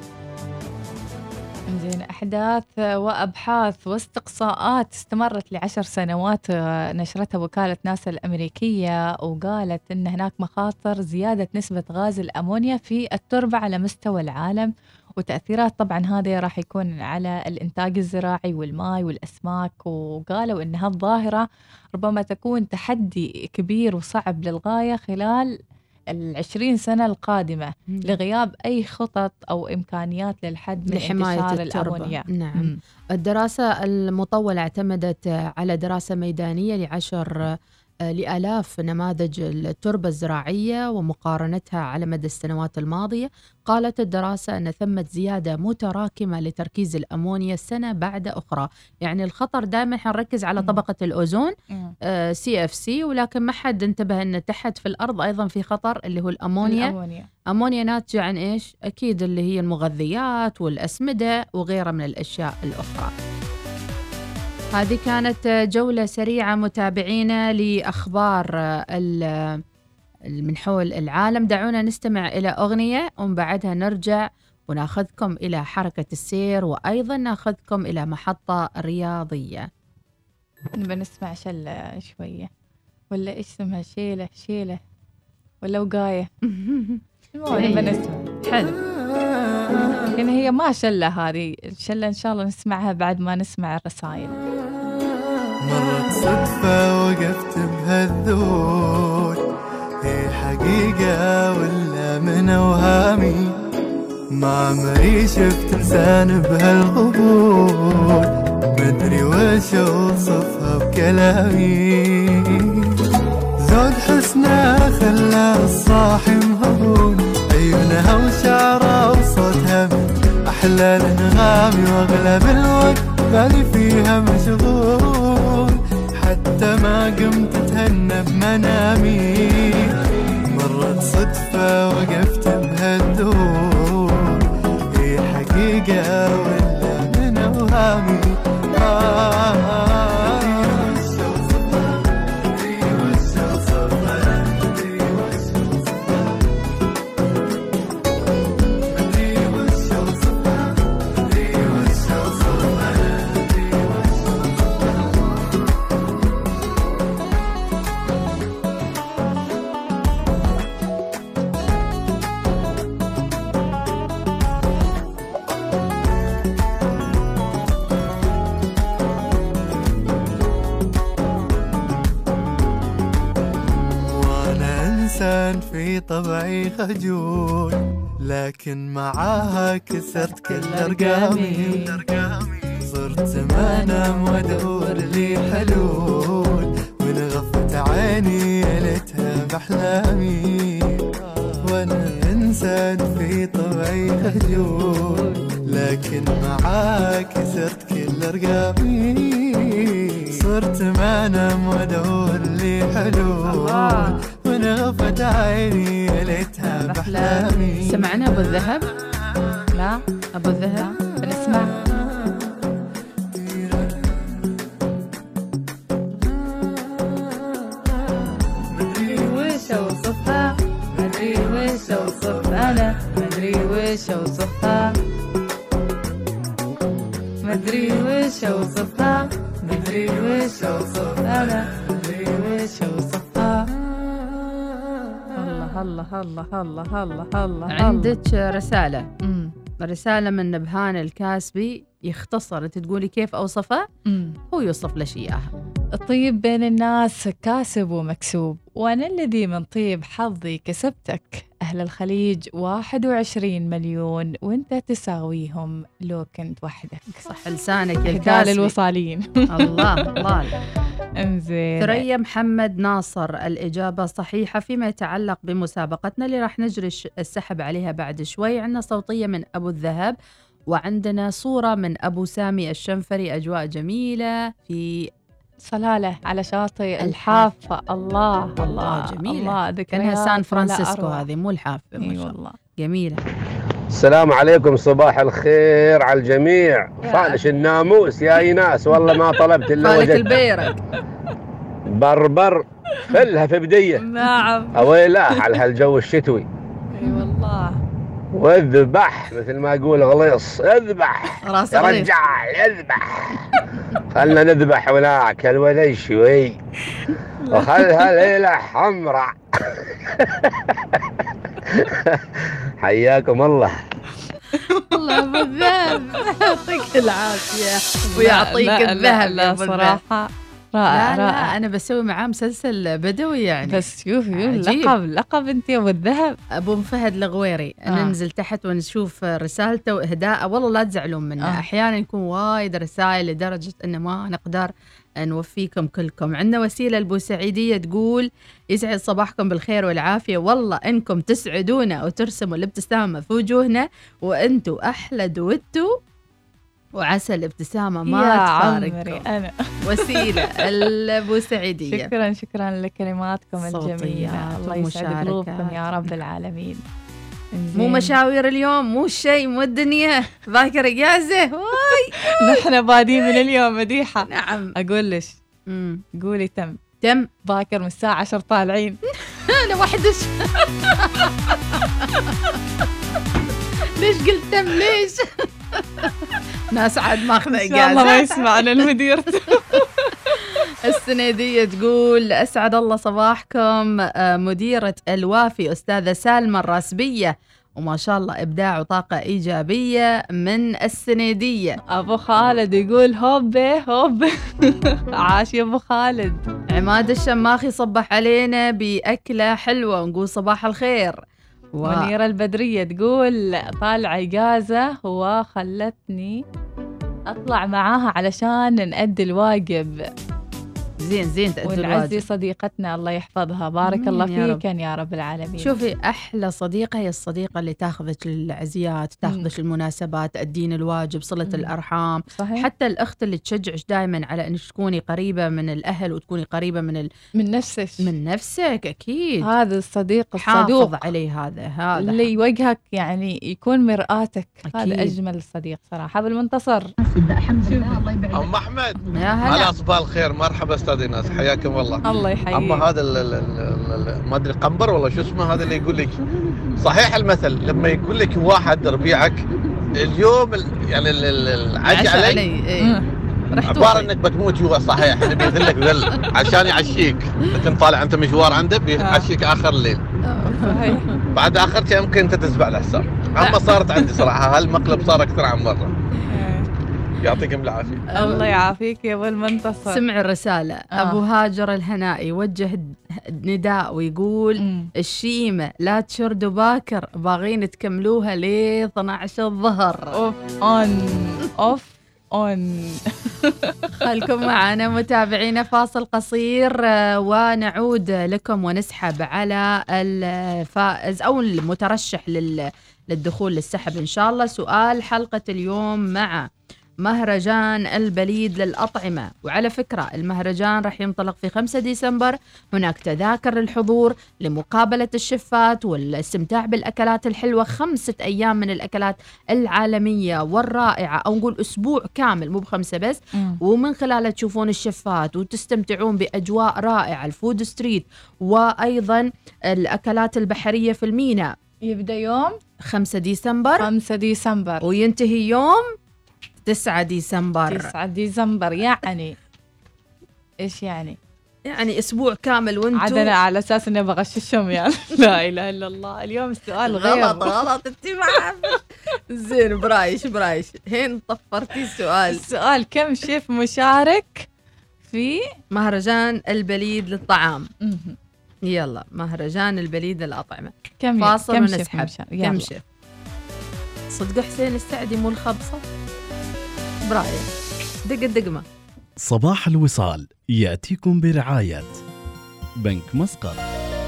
زين، أحداث وأبحاث واستقصاءات استمرت ل10 سنوات نشرتها وكالة ناسا الأمريكية، وقالت أن هناك مخاطر زيادة نسبة غاز الأمونيا في التربة على مستوى العالم، وتأثيرات طبعا هذه راح يكون على الإنتاج الزراعي والماء والأسماك. وقالوا أن هالظاهرة ربما تكون تحدي كبير وصعب للغاية خلال 20 سنة القادمة لغياب أي خطط أو إمكانيات للحد من انتشار الأمونيا. نعم. الدراسة المطولة اعتمدت على دراسة ميدانية لآلاف نماذج التربة الزراعية ومقارنتها على مدى السنوات الماضية. قالت الدراسة أن ثمة زيادة متراكمة لتركيز الأمونيا سنة بعد أخرى. يعني الخطر دائما حنركز على طبقة الأوزون CFC، ولكن ما حد انتبه أن تحت في الأرض أيضا في خطر اللي هو الأمونيا. أمونيا ناتجة عن إيش؟ أكيد اللي هي المغذيات والأسمدة وغيرها من الأشياء الأخرى. هذه كانت جولة سريعة متابعينا لأخبار من حول العالم. دعونا نستمع إلى أغنية ومن بعدها نرجع وناخذكم إلى حركة السير، وأيضا ناخذكم إلى محطة رياضية. نبى نسمع شلة شوية، ولا إيش اسمها؟ شيلة ولا وقاية؟ نبى نسمع. حلو. لأن هي ما شلة، هذه الشلة إن شاء الله نسمعها بعد ما نسمع الرسائل. مرت صدفة وقفت بهالذود، هي حقيقة ولا من أوهامي؟ ما عمري شفت إنسان بهالغبور، مدري وش أوصفها بكلامي. زود حسنها خلى الصاحي مهون، عيونها وشعرها وصوتها أحلى الأنغام، وأغلب الوقت بالي فيها مشغول، حتى ما قمت أتهنى بمنامي. مرت صدفة وقفت بهالدور، هي حقيقة ولا من أوهامي؟ في طبعي خجول، لكن معاها كسرت كل أرقامي. صرت ما أنام وأدور لي حلول، ونغفت عيني ليتها بأحلامي. وأنا إنسان في طبعي خجول، لكن معاها كسرت كل أرقامي. صرت ما أنام وأدور لي حلول، ونغفت عيني ليتها بأحلامي. سمعنا أبو الذهب؟ لا، أبو الذهب نسمع. مدري وش اوصفها، مدري وش اوصف انا، مدري وش اوصفها، مدري وش اوصفها، مدري وش اوصف انا، مدري وش اوصفها. الله الله الله الله الله. عندك رسالة. رسالة من نبهان الكاسبي، يختصر انت تقولي كيف اوصفه، هو يوصف لك اياها. الطيب بين الناس كاسب ومكسوب، وانا الذي من طيب حظي كسبتك. اهل الخليج 21 مليون وانت تساويهم لو كنت وحدك. صح لسانك يا الكاسبي الكاسبي. الوصالين. الله الله. انزين. ثريا محمد ناصر، الإجابة صحيحة. فيما يتعلق بمسابقتنا اللي راح نجري السحب عليها بعد شوي، عندنا صوتية من أبو الذهب، وعندنا صورة من أبو سامي الشنفري. أجواء جميلة في صلالة على شاطئ الحافة. الله الله جميلة. الله كأنها سان فرانسيسكو، هذه مو الحافة. اي والله جميلة. السلام عليكم، صباح الخير على الجميع. فالش الناموس يا ايناس، والله ما طلبت الا وجدت. البيرك بربر فلها في بديه. نعم. اويلاه على هالجو الشتوي. اي والله. واذبح مثل ما يقول غليص، اذبح يا رجال اذبح. خلنا نذبح هناك الولي شوي وخلها ليلة حمراء. حياكم الله. الله أبو الذهب يعطيك العافية ويعطيك الذهب. لا صراحة رائع لا أنا بسوي معاه مسلسل بدوي يعني. بس شوفي لقب أنت أبو الذهب. أبو فهد الغويري. ننزل تحت ونشوف رسالته وإهداء. والله لا تزعلون منه. أحيانا يكون وايد رسائل لدرجة أن ما نقدر نوفيكم كلكم. عندنا وسيلة البوسعيدية تقول يسعد صباحكم بالخير والعافية، والله إنكم تسعدونا وترسموا الابتسامة في وجوهنا، وأنتوا أحلى دويتو، وعسى الابتسامة ما تفارقكم. أنا وسيلة البوسعيدية. شكرا لكلماتكم الجميلة. الله يسعد قلوبكم يا رب العالمين. مو مشاوير اليوم، مو شيء، مو الدنيا باكر اجازه. نحن بادين من اليوم مديحة. نعم. اقول لك قولي تم باكر من الساعة 10 طالعين. انا وحدش. ليش قلت تم ليش؟ ناس عاد ماخذه اجازه. ان شاء الله ما يسمعنا المدير. السنيدية تقول أسعد الله صباحكم مديرة الوافي أستاذة سالمة الراسبية، وما شاء الله إبداع وطاقة إيجابية من السنيدية. أبو خالد يقول هوب. عاش يا أبو خالد. عماد الشماخي صبح علينا بأكلة حلوة ونقول صباح الخير. منيرة البدرية تقول طالعة إجازة وخلتني أطلع معاها علشان نأدي الواجب. زين تأدي الواجب. ونعزي صديقتنا الله يحفظها. بارك الله فيك يا رب العالمين. شوفي أحلى صديقة هي الصديقة اللي تاخذك للعزيات، تاخذك المناسبات، تأدين الواجب، صلة الأرحام. صحيح. حتى الأخت اللي تشجعك دائما على أنك تكوني قريبة من الأهل وتكوني قريبة من نفسك. أكيد هذا الصديق الصدوق عليه هذا اللي يوجهك يعني يكون مرآتك. هذا أجمل صديق صراحة. بالمنتصر أم أحمد يا هلا. على صباح الخير، مرحبا أستاذ إيناس، حياكم الله. الله يحييك. أما هذا ما أدري قنبر ولا شو اسمه، هذا اللي يقول لك صحيح المثل لما يقول لك واحد ربيعك اليوم يعني العشاء علي عبارة انك بتموت جوا. صحيح اللي بيذلك ذل عشان يعشيك، لكن طالع انت مشوار عنده بيعشيك اخر الليل. صحيح. بعد اخر شيء يمكن انت تسبع الحساب. اما صارت عندي صراحه هالمقلب صار اكثر عن مره. يعطيكم العافيه. الله يعافيك يا ابو المنتصر. سمع الرساله. ابو هاجر الهنائي وجه نداء ويقول الشيمه لا تشردوا باكر، باغين تكملوها ل 12 الظهر. اوف خلكم معنا متابعينا، فاصل قصير ونعود لكم ونسحب على الفائز أو المترشح للدخول للسحب إن شاء الله. سؤال حلقة اليوم مع مهرجان البليد للأطعمة. وعلى فكرة المهرجان راح ينطلق في 5 ديسمبر. هناك تذاكر للحضور لمقابلة الشفات والاستمتاع بالأكلات الحلوة. 5 أيام من الأكلات العالمية والرائعة، أو نقول أسبوع كامل مو ب5 بس. ومن خلاله تشوفون الشفات وتستمتعون بأجواء رائعة، الفود ستريت، وأيضا الأكلات البحرية في الميناء. يبدأ يوم 5 ديسمبر 5 ديسمبر وينتهي يوم 9 ديسمبر. 9 ديسمبر يعني إيش يعني؟ يعني أسبوع كامل وانتو عاد أنا على أساس إني بغششهم يعني. لا إله إلا الله، اليوم السؤال غير غلط انت معاه. زين برايش هين طفرتي السؤال كم شيف مشارك في مهرجان البليد للطعام؟ يلا مهرجان البليد للأطعمة. كم فاصل ونسحب. كم شيف؟ صدق حسين السعدي مو الخبصة؟ برايك دق الدقمة. صباح الوصال يأتيكم برعاية بنك مسقط.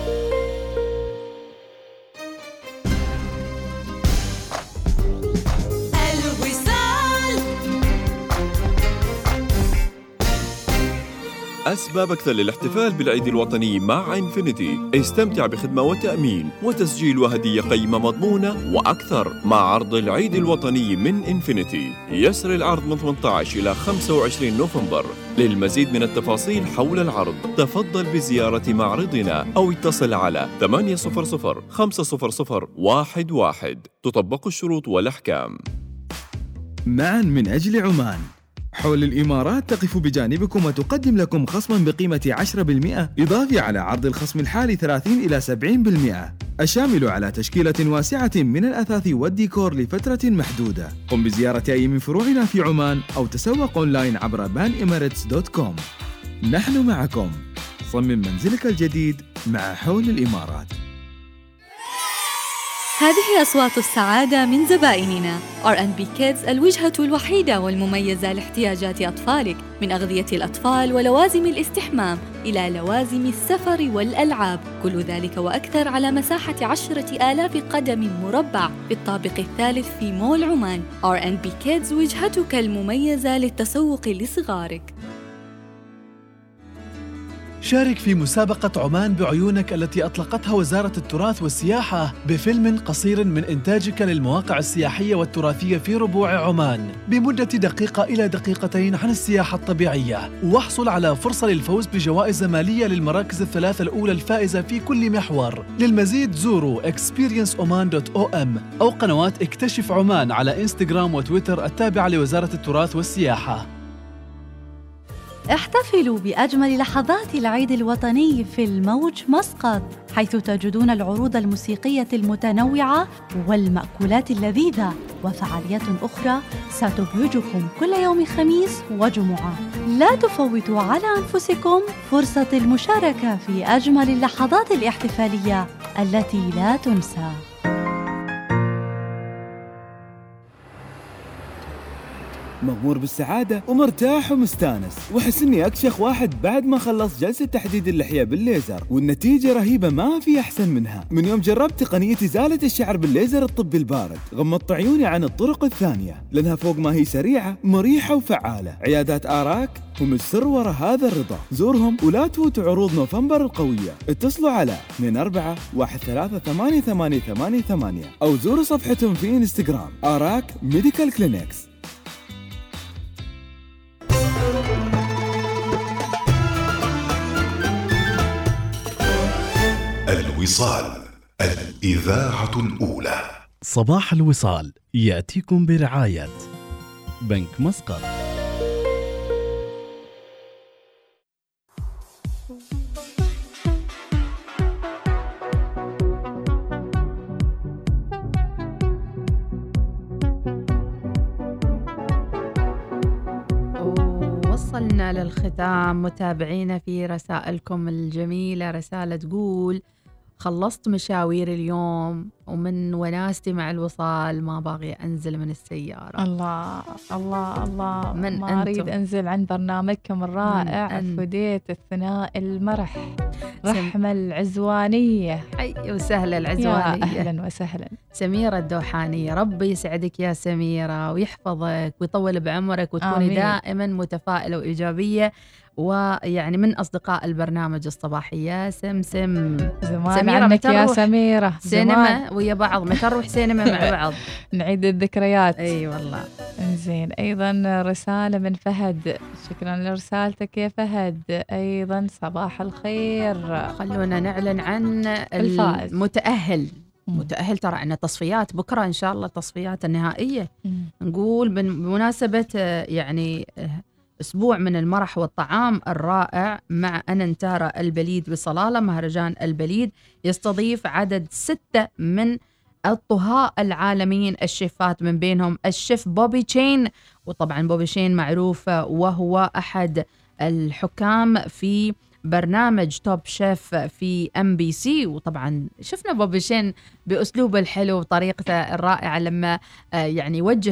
أسباب أكثر للاحتفال بالعيد الوطني مع إنفينيتي. استمتع بخدمة وتأمين وتسجيل وهدية قيمة مضمونة وأكثر مع عرض العيد الوطني من إنفينيتي. يسري العرض من 18 إلى 25 نوفمبر. للمزيد من التفاصيل حول العرض تفضل بزيارة معرضنا أو اتصل على 800 500 11. تطبق الشروط والأحكام. معا من أجل عمان. حول الإمارات تقف بجانبكم وتقدم لكم خصماً بقيمة 10% إضافي على عرض الخصم الحالي 30 إلى 70%، الشامل على تشكيلة واسعة من الأثاث والديكور لفترة محدودة. قم بزيارة أي من فروعنا في عمان أو تسوق أونلاين عبر banemirates.com. نحن معكم. صمم منزلك الجديد مع حول الإمارات. هذه أصوات السعادة من زبائننا. R&B Kids، الوجهة الوحيدة والمميزة لاحتياجات أطفالك، من أغذية الأطفال ولوازم الاستحمام إلى لوازم السفر والألعاب، كل ذلك وأكثر على مساحة 10,000 قدم مربع في الطابق الثالث في مول عمان. R&B Kids، وجهتك المميزة للتسوق لصغارك. شارك في مسابقة عمان بعيونك التي أطلقتها وزارة التراث والسياحة بفيلم قصير من إنتاجك للمواقع السياحية والتراثية في ربوع عمان بمدة 1 دقيقة إلى 2 دقيقتين عن السياحة الطبيعية، واحصل على فرصة للفوز بجوائز مالية للمراكز ال3 الأولى الفائزة في كل محور. للمزيد زوروا experienceoman.om أو قنوات اكتشف عمان على إنستغرام وتويتر التابعة لوزارة التراث والسياحة. احتفلوا بأجمل لحظات العيد الوطني في الموج مسقط، حيث تجدون العروض الموسيقية المتنوعة والمأكولات اللذيذة وفعاليات أخرى ستبهجكم كل يوم خميس وجمعة. لا تفوتوا على أنفسكم فرصة المشاركة في أجمل اللحظات الاحتفالية التي لا تنسى. مغمور بالسعادة ومرتاح ومستانس، وحس اني اكشخ واحد بعد ما خلص جلسة تحديد اللحية بالليزر، والنتيجة رهيبة ما في احسن منها. من يوم جربت تقنية ازالة الشعر بالليزر الطبي البارد غمضت عيوني عن الطرق الثانية، لانها فوق ما هي سريعة مريحة وفعالة. عيادات آراك هم السر وراء هذا الرضا. زورهم ولا تفوتوا عروض نوفمبر القوية. اتصلوا على 24138888 او زوروا صفحتهم في انستغرام آراك ميديكال كلينكس. الوصال، الإذاعة الأولى. صباح الوصال يأتيكم برعاية بنك مسقط. وصلنا للختام متابعينا في رسائلكم الجميلة. رسالة تقول: خلصت مشاوير اليوم ومن وناستي مع الوصال ما باغي أنزل من السيارة. الله الله الله، من ما أريد أنزل عن برنامجكم الرائع فدية الثناء المرح رحمة العزوانية. حي وسهلا العزوانية، أهلا وسهلا. سميرة الدوحانية، ربي يسعدك يا سميرة ويحفظك ويطول بعمرك وتكوني دائما متفائلة وإيجابية، ويعني من أصدقاء البرنامج الصباحية. سمسم زمان عنك يا سميرة، سينما ويا بعض، متى نروح سينما مع بعض نعيد الذكريات. أي والله. إنزين، أيضا رسالة من فهد، شكرا لرسالتك يا فهد. أيضا صباح الخير. خلونا نعلن عن الفائز المتأهل. متأهل، ترى عندنا تصفيات بكرة إن شاء الله، تصفيات النهائية. نقول بمناسبة يعني أسبوع من المرح والطعام الرائع مع أننتارا البليد بصلالة. مهرجان البليد يستضيف عدد 6 من الطهاء العالميين الشيفات، من بينهم الشيف بوبي تشين. وطبعا بوبي تشين معروف وهو أحد الحكام في برنامج توب شيف في MBC. وطبعا شفنا بوبي تشين بأسلوبه الحلو وطريقته الرائعة لما يعني يوجه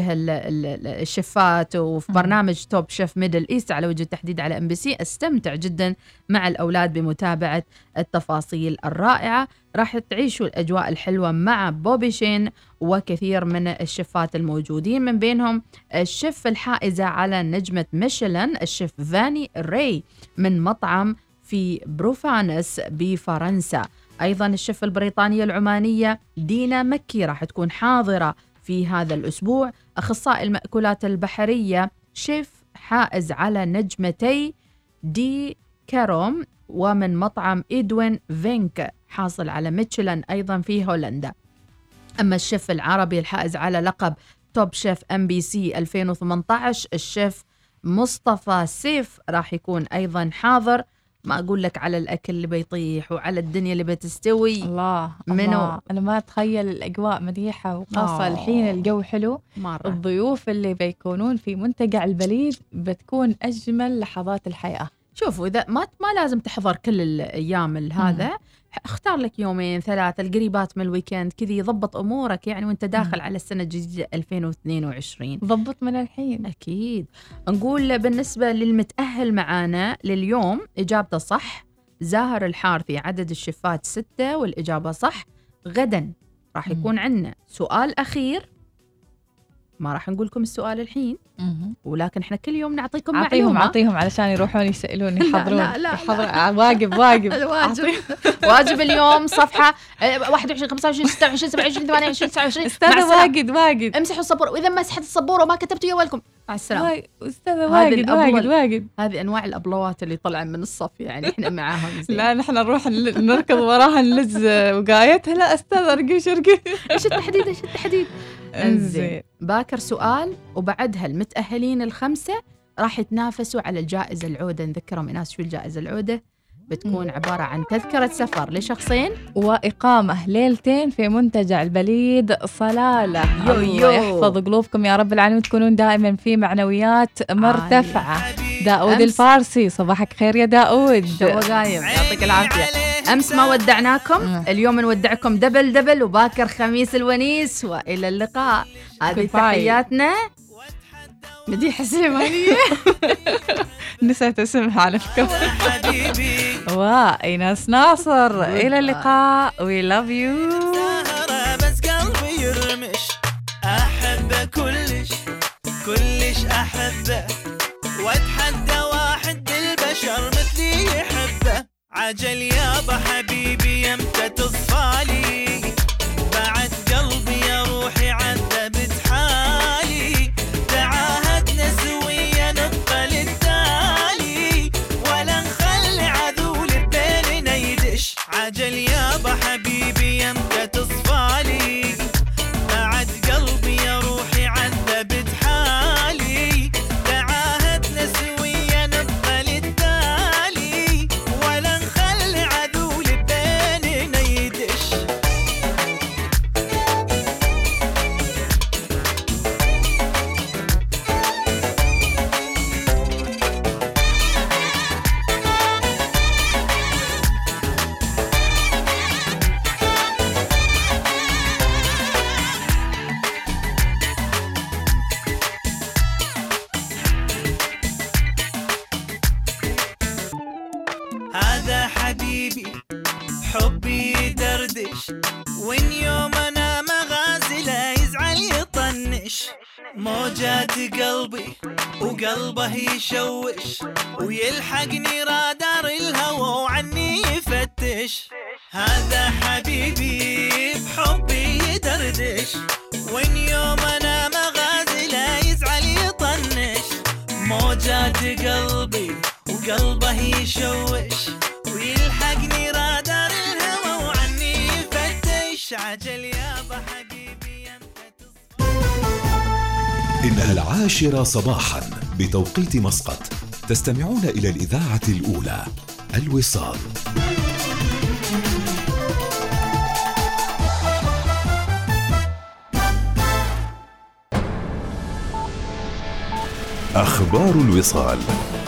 الشيفات، وفي برنامج توب شيف ميدل إيست على وجه التحديد على MBC. استمتع جدا مع الأولاد بمتابعة التفاصيل الرائعة. راح تعيشوا الأجواء الحلوة مع بوبي تشين وكثير من الشيفات الموجودين، من بينهم الشيف الحائزة على نجمة ميشلان الشيف فاني راي من مطعم في بروفانس بفرنسا. أيضا الشيف البريطانية العمانية دينا مكي راح تكون حاضرة في هذا الأسبوع. أخصائي المأكولات البحرية شيف حائز على نجمتي دي كاروم ومن مطعم إدوين فينك حاصل على ميشلان أيضا في هولندا. أما الشيف العربي الحائز على لقب توب شيف MBC 2018 الشيف مصطفى سيف راح يكون أيضا حاضر. ما أقول لك على الأكل اللي بيطيح وعلى الدنيا اللي بتستوي. الله أنا ما أتخيل الأجواء مليحة، وخاصة الحين الجو حلو مرة. الضيوف اللي بيكونون في منتجع البليد بتكون أجمل لحظات الحياة. شوفوا، إذا ما لازم تحضر كل الأيام هذا، اختار لك 2-3 القريبات من الويكند كذي، ضبط أمورك يعني وانت داخل على السنة الجديدة 2022. ضبط من الحين. أكيد. نقول بالنسبة للمتأهل معانا لليوم إجابته صح زاهر الحارثي، عدد الشفات 6 والإجابة صح. غدا راح يكون عندنا سؤال أخير، ما راح نقول لكم السؤال الحين، ولكن احنا كل يوم نعطيكم معلومة. أعطيهم علشان يروحون يسألون يحضرون. لا. واجب واجب اليوم صفحة 21 25 26 27 28 29. أستاذة واجد امسحوا السبورة، وإذا مسحت السبورة وما كتبتوا يا ولكم مع السلامة. أستاذة واجد. هذه أنواع الأبلوات اللي طلع من الصف، يعني إحنا معاهم. لا نحن نروح نركض وراها نلز وقايتها. لا أستاذة رقيش إيش التحديد. انزين، باكر سؤال وبعدها المتأهلين ال5 راح يتنافسوا على الجائزة العودة. نذكرهم الناس شو الجائزة العودة، بتكون عبارة عن تذكرة سفر لشخصين وإقامة ليلتين في منتجع البليد صلالة. الله يحفظ قلوبكم يا رب العالمين، تكونون دائما في معنويات مرتفعة. داود الفارسي، صباحك خير يا داود. قايم، يعطيك العافية. أمس ما ودعناكم، اليوم نودعكم دبل وباكر خميس الونيس، وإلى اللقاء. هذه تحياتنا مديحة سليمانية. نسيت اسمها على فكرة. وإيناس ناصر، إلى اللقاء. We love you. بس قلبي يرمش، أحبه كلش أحبه، وأتحدى واحد بالبشر مثلي يحبه. عجل يابا حبيبي يمتى تصفالي، بعد قلبي يا روحي عذبت حالي. تعاهدنا سويا نبقى للتالي، ولا نخلي عذول بيننا يدش. عجل يابا حبيبي يمتى تصفالي، بعد قلبي يا روحي عذبت حالي. تعاهدنا سويا نبقى للتالي، ولا نخلي عذول بيننا حبيبي حبي يدردش، وإن يوم أنا مغازله يزعل يطنش، موجات قلبي وقلبه يشوش، ويلحقني رادار الهوى وعني يفتش. هذا حبيبي بحبي يدردش، وإن يوم أنا مغازله يزعل يطنش، موجات قلبي وقلبه يشوش، ويلحقني رادار الهوى وعني يفتش. عجل يابا حبيبي إنها 10 صباحا بتوقيت مسقط. تستمعون إلى الإذاعة الأولى الوصال. أخبار الوصال.